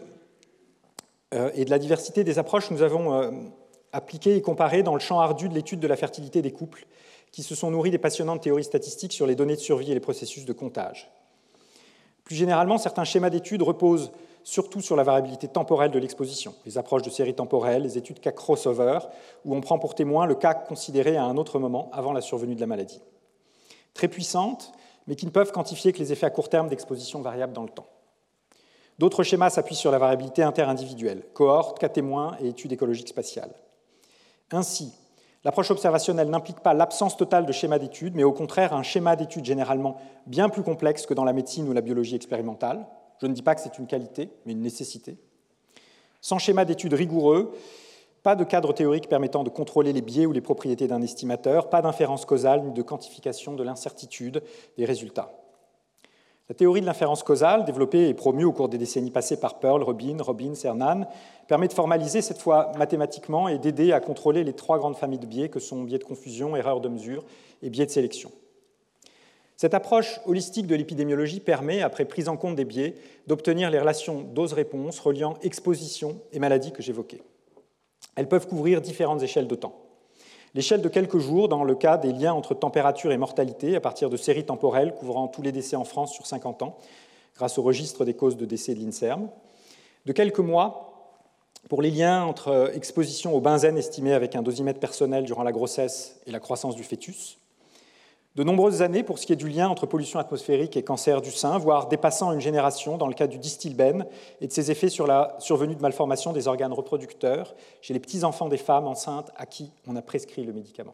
et de la diversité des approches que nous avons appliquées et comparées dans le champ ardu de l'étude de la fertilité des couples, qui se sont nourris des passionnantes théories statistiques sur les données de survie et les processus de comptage. Plus généralement, certains schémas d'études reposent surtout sur la variabilité temporelle de l'exposition, les approches de séries temporelles, les études cas crossover, où on prend pour témoin le cas considéré à un autre moment avant la survenue de la maladie. Très puissantes, mais qui ne peuvent quantifier que les effets à court terme d'exposition variables dans le temps. D'autres schémas s'appuient sur la variabilité interindividuelle, cohortes, cas témoins et études écologiques spatiales. Ainsi, l'approche observationnelle n'implique pas l'absence totale de schéma d'études, mais au contraire un schéma d'études généralement bien plus complexe que dans la médecine ou la biologie expérimentale. Je ne dis pas que c'est une qualité, mais une nécessité. Sans schéma d'études rigoureux, pas de cadre théorique permettant de contrôler les biais ou les propriétés d'un estimateur, pas d'inférence causale ni de quantification de l'incertitude des résultats. La théorie de l'inférence causale, développée et promue au cours des décennies passées par Pearl, Robbins, Hernan, permet de formaliser cette fois mathématiquement et d'aider à contrôler les trois grandes familles de biais que sont biais de confusion, erreurs de mesure et biais de sélection. Cette approche holistique de l'épidémiologie permet, après prise en compte des biais, d'obtenir les relations dose-réponse reliant exposition et maladie que j'évoquais. Elles peuvent couvrir différentes échelles de temps. L'échelle de quelques jours, dans le cas des liens entre température et mortalité, à partir de séries temporelles couvrant tous les décès en France sur 50 ans, grâce au registre des causes de décès de l'INSERM. De quelques mois, pour les liens entre exposition au benzène estimé avec un dosimètre personnel durant la grossesse et la croissance du fœtus. De nombreuses années pour ce qui est du lien entre pollution atmosphérique et cancer du sein, voire dépassant une génération dans le cas du distilbène et de ses effets sur la survenue de malformations des organes reproducteurs chez les petits-enfants des femmes enceintes à qui on a prescrit le médicament.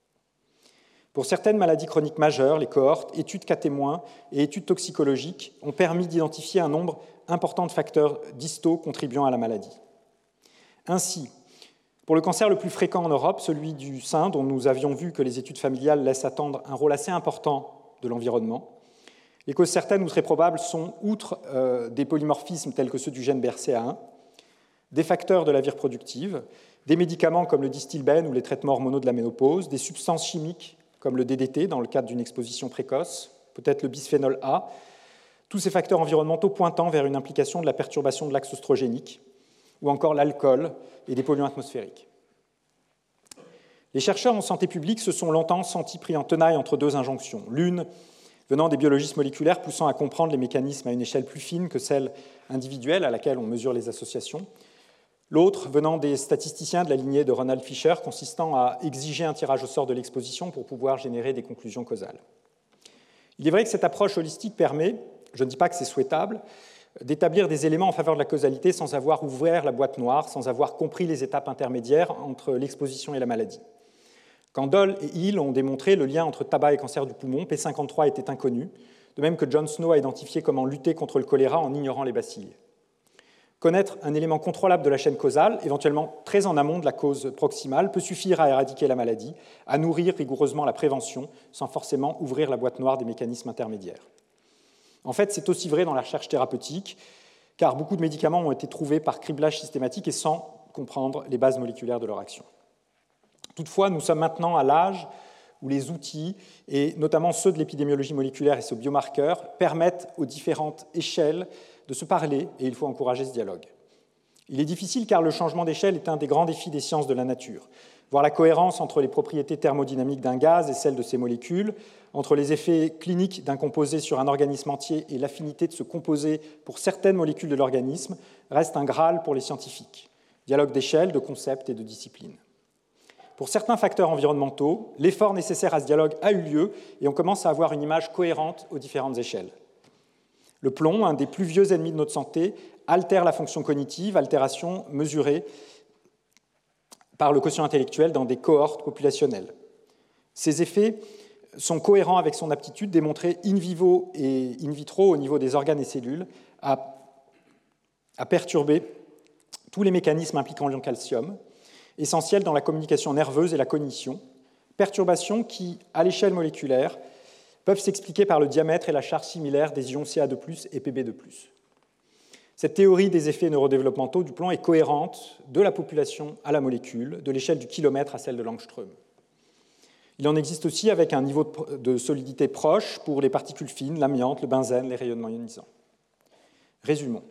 Pour certaines maladies chroniques majeures, les cohortes, études cas témoins et études toxicologiques ont permis d'identifier un nombre important de facteurs distaux contribuant à la maladie. Ainsi, pour le cancer le plus fréquent en Europe, celui du sein, dont nous avions vu que les études familiales laissent attendre un rôle assez important de l'environnement, les causes certaines ou très probables sont, outre des polymorphismes tels que ceux du gène BRCA1, des facteurs de la vie reproductive, des médicaments comme le distilbène ou les traitements hormonaux de la ménopause, des substances chimiques comme le DDT dans le cadre d'une exposition précoce, peut-être le bisphénol A, tous ces facteurs environnementaux pointant vers une implication de la perturbation de l'axe oestrogénique, ou encore l'alcool et des polluants atmosphériques. Les chercheurs en santé publique se sont longtemps sentis pris en tenaille entre deux injonctions. L'une venant des biologistes moléculaires poussant à comprendre les mécanismes à une échelle plus fine que celle individuelle à laquelle on mesure les associations. L'autre venant des statisticiens de la lignée de Ronald Fisher, consistant à exiger un tirage au sort de l'exposition pour pouvoir générer des conclusions causales. Il est vrai que cette approche holistique permet, je ne dis pas que c'est souhaitable, d'établir des éléments en faveur de la causalité sans avoir ouvert la boîte noire, sans avoir compris les étapes intermédiaires entre l'exposition et la maladie. Quand Doll et Hill ont démontré le lien entre tabac et cancer du poumon, P53 était inconnu, de même que John Snow a identifié comment lutter contre le choléra en ignorant les bacilles. Connaître un élément contrôlable de la chaîne causale, éventuellement très en amont de la cause proximale, peut suffire à éradiquer la maladie, à nourrir rigoureusement la prévention, sans forcément ouvrir la boîte noire des mécanismes intermédiaires. En fait, c'est aussi vrai dans la recherche thérapeutique, car beaucoup de médicaments ont été trouvés par criblage systématique et sans comprendre les bases moléculaires de leur action. Toutefois, nous sommes maintenant à l'âge où les outils, et notamment ceux de l'épidémiologie moléculaire et ses biomarqueurs, permettent aux différentes échelles de se parler, et il faut encourager ce dialogue. Il est difficile car le changement d'échelle est un des grands défis des sciences de la nature. Voir la cohérence entre les propriétés thermodynamiques d'un gaz et celles de ses molécules, entre les effets cliniques d'un composé sur un organisme entier et l'affinité de ce composé pour certaines molécules de l'organisme, reste un graal pour les scientifiques. Dialogue d'échelle, de concepts et de disciplines. Pour certains facteurs environnementaux, l'effort nécessaire à ce dialogue a eu lieu et on commence à avoir une image cohérente aux différentes échelles. Le plomb, un des plus vieux ennemis de notre santé, altère la fonction cognitive, altération mesurée par le quotient intellectuel dans des cohortes populationnelles. Ces effets sont cohérents avec son aptitude démontrée in vivo et in vitro au niveau des organes et cellules à perturber tous les mécanismes impliquant l'ion calcium, essentiels dans la communication nerveuse et la cognition, perturbations qui, à l'échelle moléculaire, peuvent s'expliquer par le diamètre et la charge similaire des ions Ca2+ et Pb2+. Cette théorie des effets neurodéveloppementaux du plomb est cohérente de la population à la molécule, de l'échelle du kilomètre à celle de l'angstrom. Il en existe aussi avec un niveau de solidité proche pour les particules fines, l'amiante, le benzène, les rayonnements ionisants. Résumons.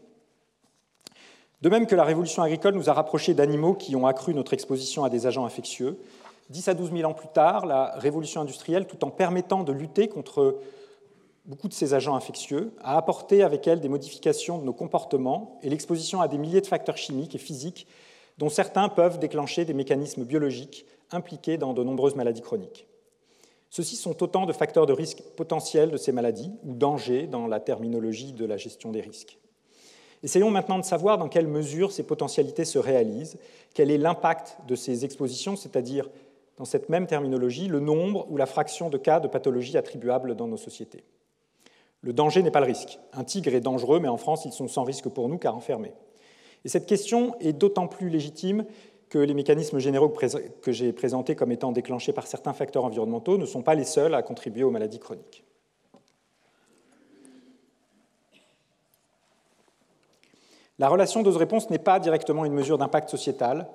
De même que la révolution agricole nous a rapprochés d'animaux qui ont accru notre exposition à des agents infectieux, 10 à 12 000 ans plus tard, la révolution industrielle, tout en permettant de lutter contre beaucoup de ces agents infectieux, a apporté avec elle des modifications de nos comportements et l'exposition à des milliers de facteurs chimiques et physiques dont certains peuvent déclencher des mécanismes biologiques impliqués dans de nombreuses maladies chroniques. Ceux-ci sont autant de facteurs de risque potentiels de ces maladies, ou dangers dans la terminologie de la gestion des risques. Essayons maintenant de savoir dans quelle mesure ces potentialités se réalisent, quel est l'impact de ces expositions, c'est-à-dire, dans cette même terminologie, le nombre ou la fraction de cas de pathologie attribuables dans nos sociétés. Le danger n'est pas le risque. Un tigre est dangereux, mais en France, ils sont sans risque pour nous, car enfermés. Et cette question est d'autant plus légitime que les mécanismes généraux que j'ai présentés comme étant déclenchés par certains facteurs environnementaux ne sont pas les seuls à contribuer aux maladies chroniques. La relation dose-réponse n'est pas directement une mesure d'impact sociétal.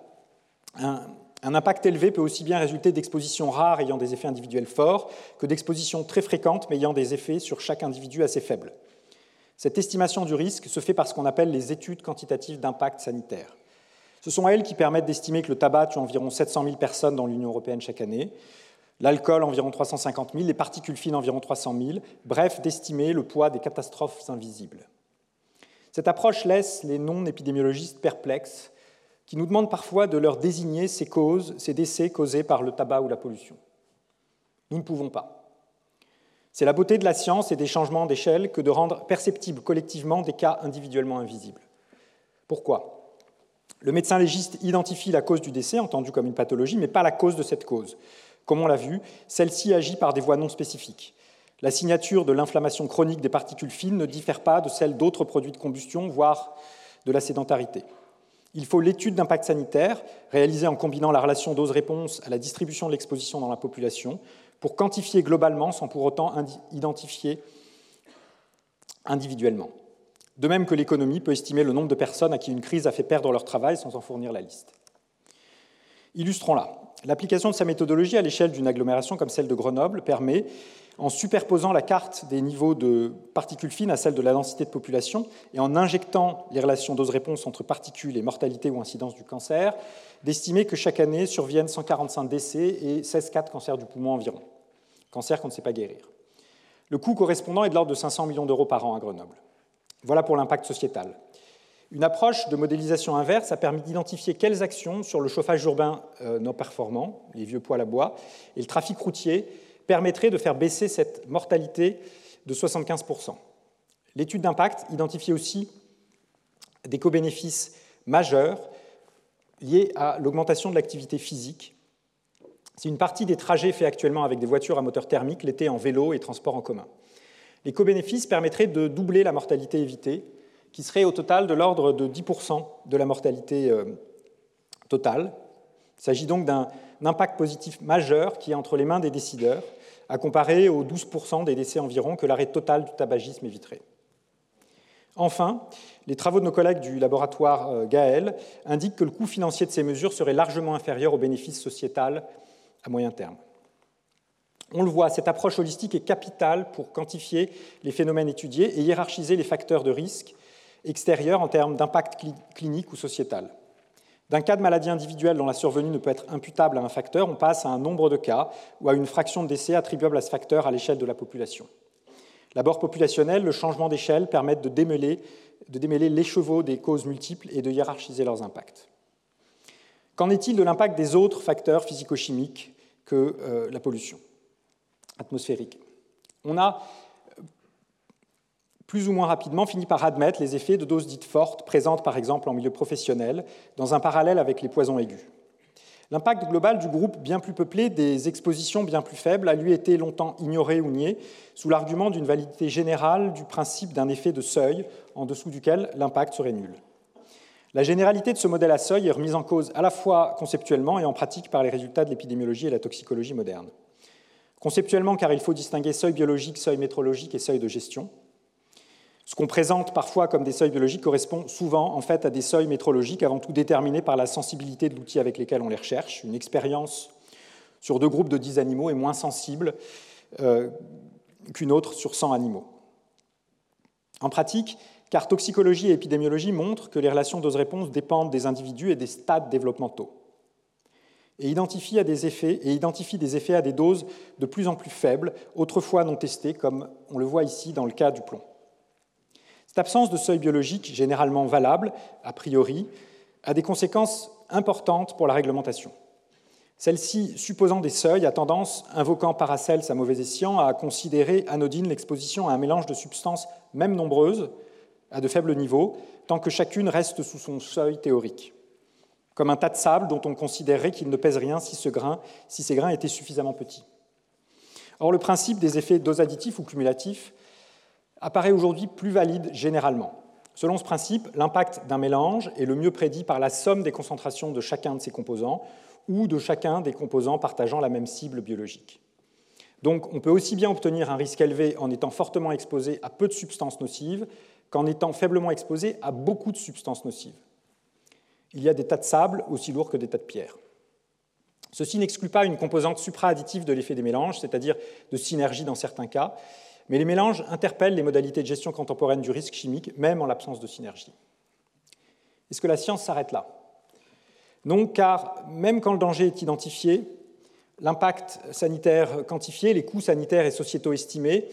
Un impact élevé peut aussi bien résulter d'expositions rares ayant des effets individuels forts que d'expositions très fréquentes mais ayant des effets sur chaque individu assez faibles. Cette estimation du risque se fait par ce qu'on appelle les études quantitatives d'impact sanitaire. Ce sont elles qui permettent d'estimer que le tabac tue environ 700 000 personnes dans l'Union européenne chaque année, l'alcool environ 350 000, les particules fines environ 300 000, bref, d'estimer le poids des catastrophes invisibles. Cette approche laisse les non-épidémiologistes perplexes qui nous demandent parfois de leur désigner ces décès causés par le tabac ou la pollution. Nous ne pouvons pas. C'est la beauté de la science et des changements d'échelle que de rendre perceptibles collectivement des cas individuellement invisibles. Pourquoi ? Le médecin légiste identifie la cause du décès, entendue comme une pathologie, mais pas la cause de cette cause. Comme on l'a vu, celle-ci agit par des voies non spécifiques. La signature de l'inflammation chronique des particules fines ne diffère pas de celle d'autres produits de combustion, voire de la sédentarité. Il faut l'étude d'impact sanitaire, réalisée en combinant la relation dose-réponse à la distribution de l'exposition dans la population, pour quantifier globalement sans pour autant identifier individuellement. De même que l'économie peut estimer le nombre de personnes à qui une crise a fait perdre leur travail sans en fournir la liste. Illustrons-la. L'application de sa méthodologie à l'échelle d'une agglomération comme celle de Grenoble permet, en superposant la carte des niveaux de particules fines à celle de la densité de population et en injectant les relations dose-réponse entre particules et mortalité ou incidence du cancer, d'estimer que chaque année surviennent 145 décès et 16 cas de cancer du poumon environ. Cancer qu'on ne sait pas guérir. Le coût correspondant est de l'ordre de 500 millions d'euros par an à Grenoble. Voilà pour l'impact sociétal. Une approche de modélisation inverse a permis d'identifier quelles actions sur le chauffage urbain non performant, les vieux poêles à bois, et le trafic routier permettraient de faire baisser cette mortalité de 75%. L'étude d'impact identifie aussi des co-bénéfices majeurs liés à l'augmentation de l'activité physique. C'est une partie des trajets faits actuellement avec des voitures à moteur thermique, l'été en vélo et transport en commun. Les co-bénéfices permettraient de doubler la mortalité évitée, qui serait au total de l'ordre de 10% de la mortalité totale. Il s'agit donc d'un impact positif majeur qui est entre les mains des décideurs, à comparer aux 12% des décès environ que l'arrêt total du tabagisme éviterait. Enfin, les travaux de nos collègues du laboratoire Gaël indiquent que le coût financier de ces mesures serait largement inférieur au bénéfice sociétal à moyen terme. On le voit, cette approche holistique est capitale pour quantifier les phénomènes étudiés et hiérarchiser les facteurs de risque extérieurs en termes d'impact clinique ou sociétal. D'un cas de maladie individuelle dont la survenue ne peut être imputable à un facteur, on passe à un nombre de cas ou à une fraction de décès attribuable à ce facteur à l'échelle de la population. L'abord populationnel, le changement d'échelle permettent de démêler l'écheveau des causes multiples et de hiérarchiser leurs impacts. Qu'en est-il de l'impact des autres facteurs physico-chimiques que la pollution atmosphérique? On a plus ou moins rapidement fini par admettre les effets de doses dites fortes, présentes par exemple en milieu professionnel, dans un parallèle avec les poisons aigus. L'impact global du groupe bien plus peuplé, des expositions bien plus faibles, a lui été longtemps ignoré ou nié, sous l'argument d'une validité générale du principe d'un effet de seuil, en dessous duquel l'impact serait nul. La généralité de ce modèle à seuil est remise en cause à la fois conceptuellement et en pratique par les résultats de l'épidémiologie et la toxicologie moderne. Conceptuellement, car il faut distinguer seuil biologique, seuil métrologique et seuil de gestion. Ce qu'on présente parfois comme des seuils biologiques correspond souvent en fait à des seuils métrologiques, avant tout déterminés par la sensibilité de l'outil avec lequel on les recherche. Une expérience sur 2 groupes de 10 animaux est moins sensible qu'une autre sur 100 animaux. En pratique, car toxicologie et épidémiologie montrent que les relations dose-réponse dépendent des individus et des stades développementaux, et identifient des effets à des doses de plus en plus faibles, autrefois non testées, comme on le voit ici dans le cas du plomb. Cette absence de seuil biologique, généralement valable, a priori, a des conséquences importantes pour la réglementation. Celle-ci, supposant des seuils, a tendance, invoquant Paracels à mauvais escient, à considérer anodine l'exposition à un mélange de substances, même nombreuses, à de faibles niveaux, tant que chacune reste sous son seuil théorique, comme un tas de sable dont on considérerait qu'il ne pèse rien si ces grains étaient suffisamment petits. Or, le principe des effets dose additifs ou cumulatifs apparaît aujourd'hui plus valide généralement. Selon ce principe, l'impact d'un mélange est le mieux prédit par la somme des concentrations de chacun de ses composants ou de chacun des composants partageant la même cible biologique. Donc, on peut aussi bien obtenir un risque élevé en étant fortement exposé à peu de substances nocives qu'en étant faiblement exposé à beaucoup de substances nocives. Il y a des tas de sable aussi lourds que des tas de pierres. Ceci n'exclut pas une composante supra-additive de l'effet des mélanges, c'est-à-dire de synergie dans certains cas, mais les mélanges interpellent les modalités de gestion contemporaine du risque chimique, même en l'absence de synergie. Est-ce que la science s'arrête là? Non, car même quand le danger est identifié, l'impact sanitaire quantifié, les coûts sanitaires et sociétaux estimés,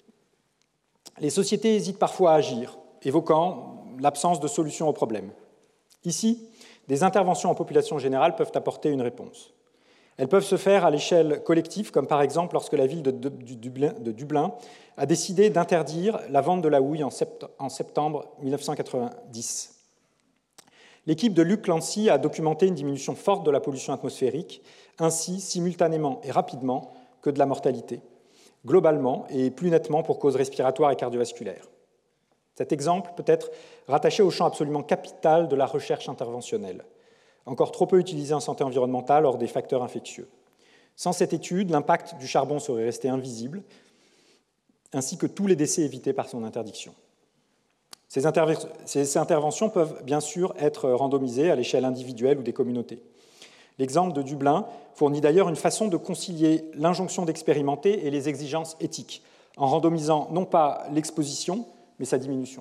les sociétés hésitent parfois à agir, évoquant l'absence de solution au problème. Ici, des interventions en population générale peuvent apporter une réponse. Elles peuvent se faire à l'échelle collective, comme par exemple lorsque la ville de Dublin a décidé d'interdire la vente de la houille en septembre 1990. L'équipe de Luc Clancy a documenté une diminution forte de la pollution atmosphérique, ainsi simultanément et rapidement que de la mortalité, globalement et plus nettement pour causes respiratoires et cardiovasculaires. Cet exemple peut être rattaché au champ absolument capital de la recherche interventionnelle, encore trop peu utilisée en santé environnementale hors des facteurs infectieux. Sans cette étude, l'impact du charbon serait resté invisible, ainsi que tous les décès évités par son interdiction. Ces interventions peuvent bien sûr être randomisées à l'échelle individuelle ou des communautés. L'exemple de Dublin fournit d'ailleurs une façon de concilier l'injonction d'expérimenter et les exigences éthiques, en randomisant non pas l'exposition, mais sa diminution.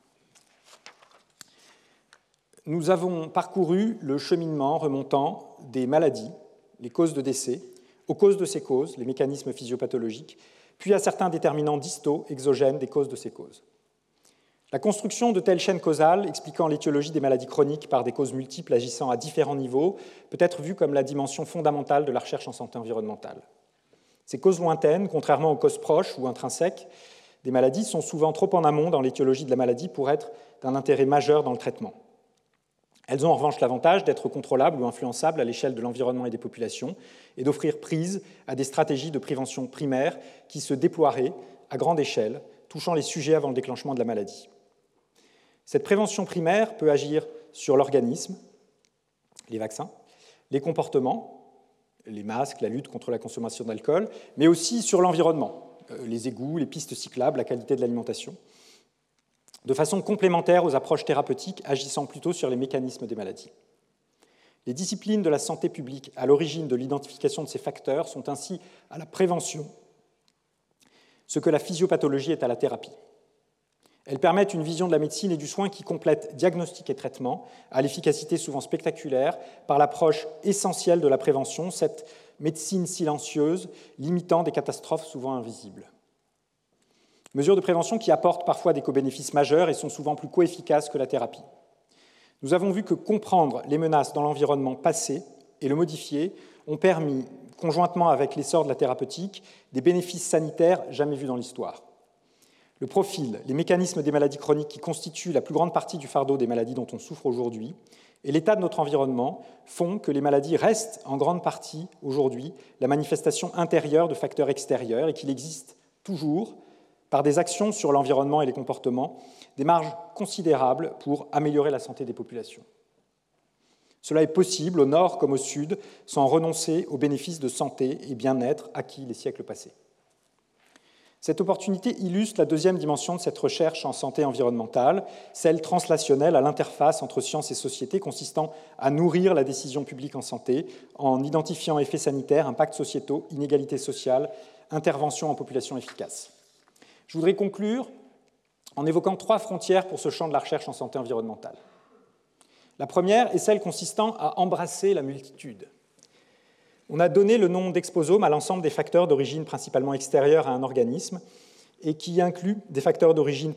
Nous avons parcouru le cheminement remontant des maladies, les causes de décès, aux causes de ces causes, les mécanismes physiopathologiques, puis à certains déterminants distaux, exogènes des causes de ces causes. La construction de telles chaînes causales expliquant l'étiologie des maladies chroniques par des causes multiples agissant à différents niveaux peut être vue comme la dimension fondamentale de la recherche en santé environnementale. Ces causes lointaines, contrairement aux causes proches ou intrinsèques des maladies, sont souvent trop en amont dans l'étiologie de la maladie pour être d'un intérêt majeur dans le traitement. Elles ont en revanche l'avantage d'être contrôlables ou influençables à l'échelle de l'environnement et des populations et d'offrir prise à des stratégies de prévention primaire qui se déploieraient à grande échelle, touchant les sujets avant le déclenchement de la maladie. Cette prévention primaire peut agir sur l'organisme, les vaccins, les comportements, les masques, la lutte contre la consommation d'alcool, mais aussi sur l'environnement, les égouts, les pistes cyclables, la qualité de l'alimentation, de façon complémentaire aux approches thérapeutiques agissant plutôt sur les mécanismes des maladies. Les disciplines de la santé publique à l'origine de l'identification de ces facteurs sont ainsi à la prévention ce que la physiopathologie est à la thérapie. Elles permettent une vision de la médecine et du soin qui complète diagnostic et traitement, à l'efficacité souvent spectaculaire, par l'approche essentielle de la prévention, cette médecine silencieuse, limitant des catastrophes souvent invisibles. Mesures de prévention qui apportent parfois des co-bénéfices majeurs et sont souvent plus co-efficaces que la thérapie. Nous avons vu que comprendre les menaces dans l'environnement passé et le modifier ont permis, conjointement avec l'essor de la thérapeutique, des bénéfices sanitaires jamais vus dans l'histoire. Le profil, les mécanismes des maladies chroniques qui constituent la plus grande partie du fardeau des maladies dont on souffre aujourd'hui et l'état de notre environnement font que les maladies restent en grande partie aujourd'hui la manifestation intérieure de facteurs extérieurs et qu'il existe toujours, par des actions sur l'environnement et les comportements, des marges considérables pour améliorer la santé des populations. Cela est possible au nord comme au sud, sans renoncer aux bénéfices de santé et bien-être acquis les siècles passés. Cette opportunité illustre la deuxième dimension de cette recherche en santé environnementale, celle translationnelle à l'interface entre sciences et société, consistant à nourrir la décision publique en santé en identifiant effets sanitaires, impacts sociétaux, inégalités sociales, interventions en population efficace. Je voudrais conclure en évoquant 3 frontières pour ce champ de la recherche en santé environnementale. La première est celle consistant à embrasser la multitude. On a donné le nom d'exposome à l'ensemble des facteurs d'origine principalement extérieure à un organisme et qui inclut des facteurs d'origine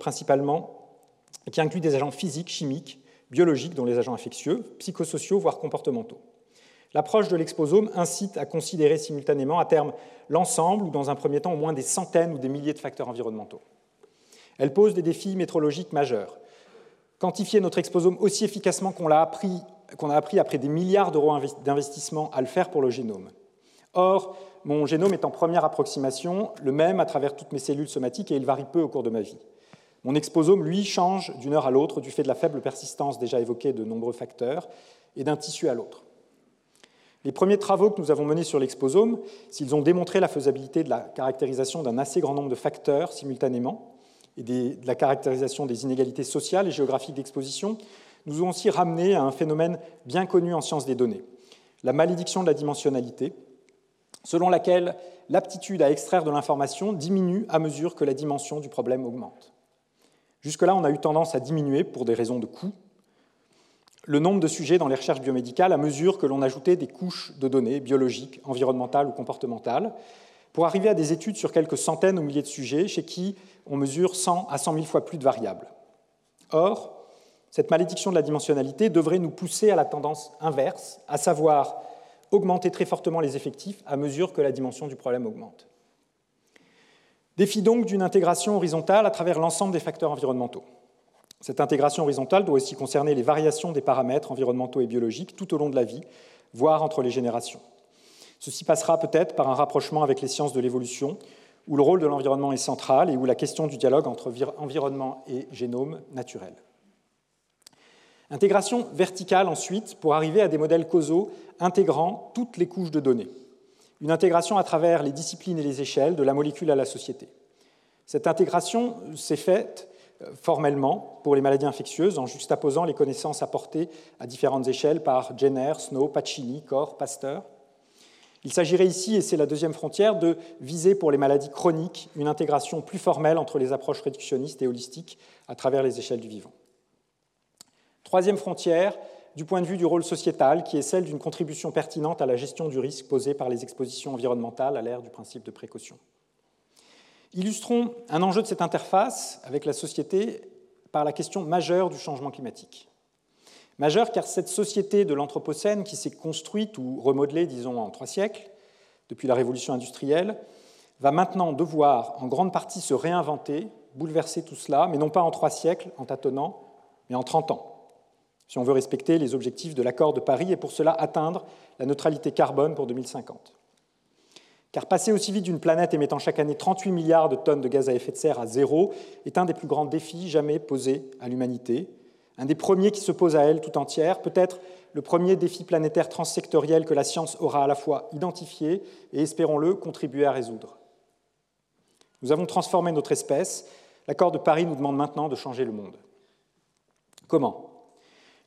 qui incluent des agents physiques, chimiques, biologiques, dont les agents infectieux, psychosociaux, voire comportementaux. L'approche de l'exposome incite à considérer simultanément à terme l'ensemble ou dans un premier temps au moins des centaines ou des milliers de facteurs environnementaux. Elle pose des défis métrologiques majeurs. Quantifier notre exposome aussi efficacement qu'on a appris après des milliards d'euros d'investissement à le faire pour le génome. Or, mon génome est en première approximation, le même à travers toutes mes cellules somatiques et il varie peu au cours de ma vie. Mon exposome, lui, change d'une heure à l'autre du fait de la faible persistance déjà évoquée de nombreux facteurs et d'un tissu à l'autre. Les premiers travaux que nous avons menés sur l'exposome, s'ils ont démontré la faisabilité de la caractérisation d'un assez grand nombre de facteurs simultanément et de la caractérisation des inégalités sociales et géographiques d'exposition, nous ont aussi ramené à un phénomène bien connu en sciences des données, la malédiction de la dimensionnalité, selon laquelle l'aptitude à extraire de l'information diminue à mesure que la dimension du problème augmente. Jusque-là, on a eu tendance à diminuer, pour des raisons de coût, le nombre de sujets dans les recherches biomédicales à mesure que l'on ajoutait des couches de données biologiques, environnementales ou comportementales, pour arriver à des études sur quelques centaines ou milliers de sujets chez qui on mesure 100 à 100 000 fois plus de variables. Or, cette malédiction de la dimensionnalité devrait nous pousser à la tendance inverse, à savoir augmenter très fortement les effectifs à mesure que la dimension du problème augmente. Défi donc d'une intégration horizontale à travers l'ensemble des facteurs environnementaux. Cette intégration horizontale doit aussi concerner les variations des paramètres environnementaux et biologiques tout au long de la vie, voire entre les générations. Ceci passera peut-être par un rapprochement avec les sciences de l'évolution, où le rôle de l'environnement est central et où la question du dialogue entre environnement et génome naturel. Intégration verticale ensuite, pour arriver à des modèles causaux intégrant toutes les couches de données. Une intégration à travers les disciplines et les échelles, de la molécule à la société. Cette intégration s'est faite formellement pour les maladies infectieuses en juxtaposant les connaissances apportées à différentes échelles par Jenner, Snow, Pacini, Corr, Pasteur. Il s'agirait ici, et c'est la deuxième frontière, de viser pour les maladies chroniques une intégration plus formelle entre les approches réductionnistes et holistiques à travers les échelles du vivant. Troisième frontière, du point de vue du rôle sociétal, qui est celle d'une contribution pertinente à la gestion du risque posé par les expositions environnementales à l'ère du principe de précaution. Illustrons un enjeu de cette interface avec la société par la question majeure du changement climatique. Majeure car cette société de l'Anthropocène qui s'est construite ou remodelée, disons, en 3 siècles, depuis la révolution industrielle, va maintenant devoir en grande partie se réinventer, bouleverser tout cela, mais non pas en 3 siècles, en tâtonnant, mais en 30 ans, si on veut respecter les objectifs de l'accord de Paris et pour cela atteindre la neutralité carbone pour 2050. Car passer aussi vite d'une planète émettant chaque année 38 milliards de tonnes de gaz à effet de serre à zéro est un des plus grands défis jamais posés à l'humanité, un des premiers qui se pose à elle tout entière, peut-être le premier défi planétaire transsectoriel que la science aura à la fois identifié et, espérons-le, contribué à résoudre. Nous avons transformé notre espèce, l'accord de Paris nous demande maintenant de changer le monde. Comment ?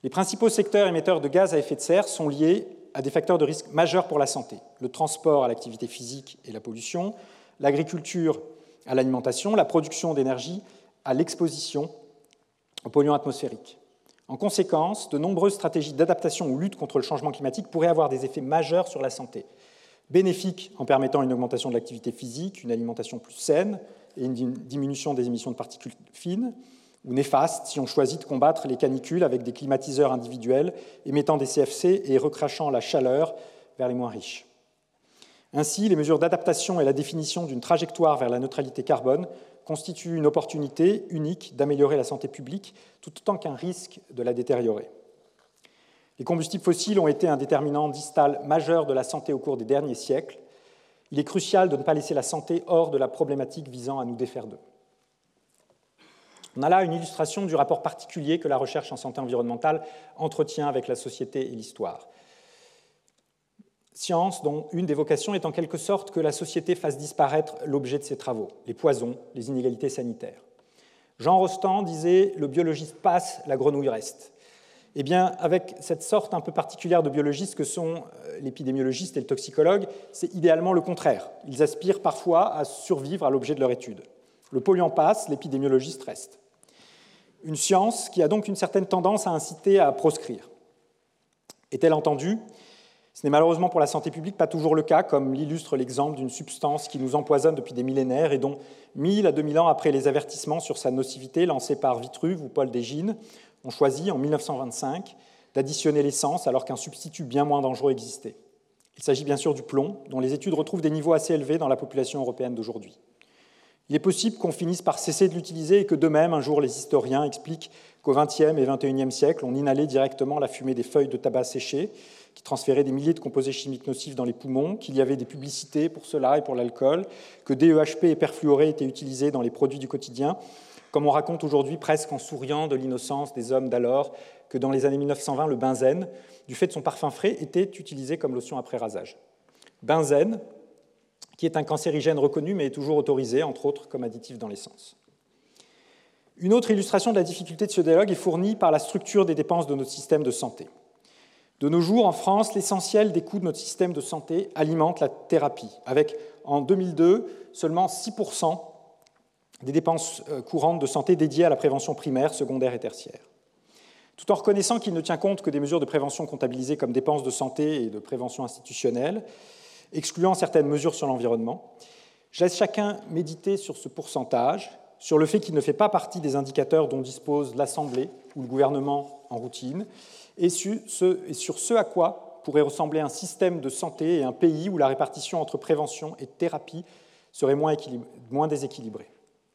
Les principaux secteurs émetteurs de gaz à effet de serre sont liés à des facteurs de risque majeurs pour la santé. Le transport à l'activité physique et la pollution, l'agriculture à l'alimentation, la production d'énergie à l'exposition aux polluants atmosphériques. En conséquence, de nombreuses stratégies d'adaptation ou lutte contre le changement climatique pourraient avoir des effets majeurs sur la santé, bénéfiques en permettant une augmentation de l'activité physique, une alimentation plus saine et une diminution des émissions de particules fines, ou néfastes si on choisit de combattre les canicules avec des climatiseurs individuels émettant des CFC et recrachant la chaleur vers les moins riches. Ainsi, les mesures d'adaptation et la définition d'une trajectoire vers la neutralité carbone constituent une opportunité unique d'améliorer la santé publique, tout autant qu'un risque de la détériorer. Les combustibles fossiles ont été un déterminant distal majeur de la santé au cours des derniers siècles. Il est crucial de ne pas laisser la santé hors de la problématique visant à nous défaire d'eux. On a là une illustration du rapport particulier que la recherche en santé environnementale entretient avec la société et l'histoire. Science dont une des vocations est en quelque sorte que la société fasse disparaître l'objet de ses travaux, les poisons, les inégalités sanitaires. Jean Rostand disait « le biologiste passe, la grenouille reste ». Eh bien, avec cette sorte un peu particulière de biologistes que sont l'épidémiologiste et le toxicologue, c'est idéalement le contraire. Ils aspirent parfois à survivre à l'objet de leur étude. Le polluant passe, l'épidémiologiste reste. Une science qui a donc une certaine tendance à inciter à proscrire. Est-elle entendue ? Ce n'est malheureusement pour la santé publique pas toujours le cas, comme l'illustre l'exemple d'une substance qui nous empoisonne depuis des millénaires et dont 1000 à 2000 ans après les avertissements sur sa nocivité lancés par Vitruve ou Paul Dégine, on choisit en 1925 d'additionner l'essence alors qu'un substitut bien moins dangereux existait. Il s'agit bien sûr du plomb, dont les études retrouvent des niveaux assez élevés dans la population européenne d'aujourd'hui. Il est possible qu'on finisse par cesser de l'utiliser et que de même, un jour, les historiens expliquent qu'au XXe et XXIe siècle, on inhalait directement la fumée des feuilles de tabac séchées qui transféraient des milliers de composés chimiques nocifs dans les poumons, qu'il y avait des publicités pour cela et pour l'alcool, que DEHP et perfluoré étaient utilisés dans les produits du quotidien, comme on raconte aujourd'hui presque en souriant de l'innocence des hommes d'alors, que dans les années 1920, le benzène, du fait de son parfum frais, était utilisé comme lotion après rasage. Benzène, qui est un cancérigène reconnu, mais est toujours autorisé, entre autres, comme additif dans l'essence. Une autre illustration de la difficulté de ce dialogue est fournie par la structure des dépenses de notre système de santé. De nos jours, en France, l'essentiel des coûts de notre système de santé alimente la thérapie, avec, en 2002, seulement 6% des dépenses courantes de santé dédiées à la prévention primaire, secondaire et tertiaire. Tout en reconnaissant qu'il ne tient compte que des mesures de prévention comptabilisées comme dépenses de santé et de prévention institutionnelle, excluant certaines mesures sur l'environnement, je laisse chacun méditer sur ce pourcentage, sur le fait qu'il ne fait pas partie des indicateurs dont dispose l'Assemblée ou le gouvernement en routine, et sur ce à quoi pourrait ressembler un système de santé et un pays où la répartition entre prévention et thérapie serait moins déséquilibrée.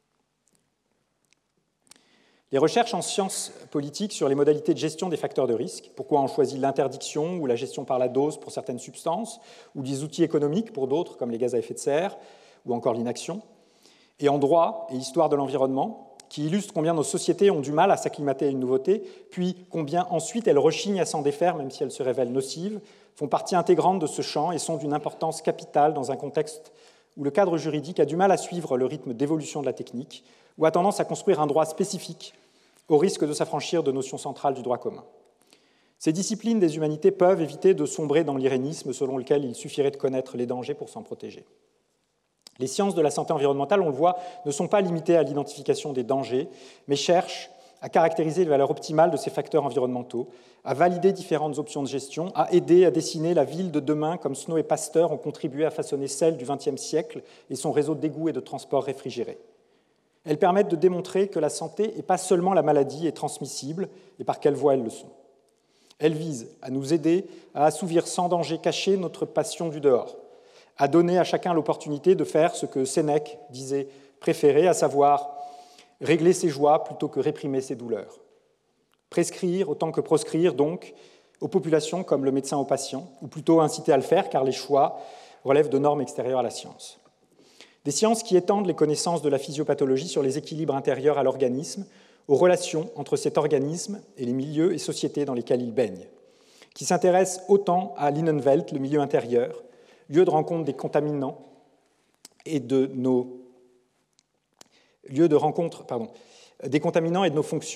Les recherches en sciences politiques sur les modalités de gestion des facteurs de risque, pourquoi on choisit l'interdiction ou la gestion par la dose pour certaines substances, ou des outils économiques pour d'autres, comme les gaz à effet de serre, ou encore l'inaction, et en droit et histoire de l'environnement, qui illustrent combien nos sociétés ont du mal à s'acclimater à une nouveauté, puis combien ensuite elles rechignent à s'en défaire, même si elles se révèlent nocives, font partie intégrante de ce champ et sont d'une importance capitale dans un contexte où le cadre juridique a du mal à suivre le rythme d'évolution de la technique, ou a tendance à construire un droit spécifique au risque de s'affranchir de notions centrales du droit commun. Ces disciplines des humanités peuvent éviter de sombrer dans l'irénisme selon lequel il suffirait de connaître les dangers pour s'en protéger. Les sciences de la santé environnementale, on le voit, ne sont pas limitées à l'identification des dangers, mais cherchent à caractériser les valeurs optimales de ces facteurs environnementaux, à valider différentes options de gestion, à aider à dessiner la ville de demain comme Snow et Pasteur ont contribué à façonner celle du XXe siècle et son réseau d'égouts et de transport réfrigéré. Elles permettent de démontrer que la santé n'est pas seulement la maladie et transmissible, et par quelle voie elles le sont. Elles visent à nous aider à assouvir sans danger caché notre passion du dehors, à donner à chacun l'opportunité de faire ce que Sénèque disait préférer, à savoir régler ses joies plutôt que réprimer ses douleurs. Prescrire autant que proscrire, donc, aux populations comme le médecin aux patients, ou plutôt inciter à le faire, car les choix relèvent de normes extérieures à la science. Des sciences qui étendent les connaissances de la physiopathologie sur les équilibres intérieurs à l'organisme, aux relations entre cet organisme et les milieux et sociétés dans lesquels il baigne, qui s'intéressent autant à l'Innenwelt, le milieu intérieur, lieu de rencontre des contaminants et de nos fonctions,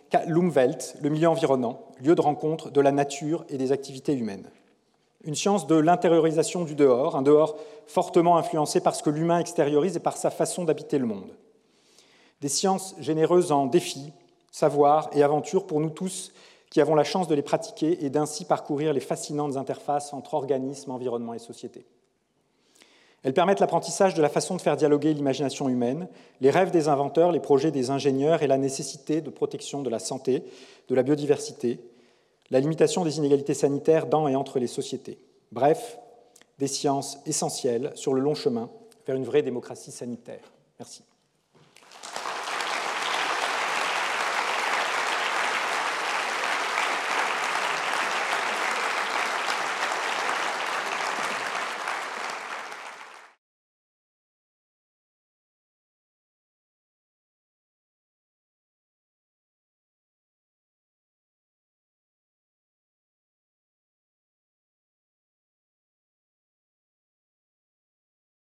l'Umwelt, le milieu environnant, lieu de rencontre de la nature et des activités humaines. Une science de l'intériorisation du dehors, un dehors fortement influencé par ce que l'humain extériorise et par sa façon d'habiter le monde. Des sciences généreuses en défis, savoir et aventure pour nous tous qui avons la chance de les pratiquer et d'ainsi parcourir les fascinantes interfaces entre organismes, environnement et société. Elles permettent l'apprentissage de la façon de faire dialoguer l'imagination humaine, les rêves des inventeurs, les projets des ingénieurs et la nécessité de protection de la santé, de la biodiversité, la limitation des inégalités sanitaires dans et entre les sociétés. Bref, des sciences essentielles sur le long chemin vers une vraie démocratie sanitaire. Merci.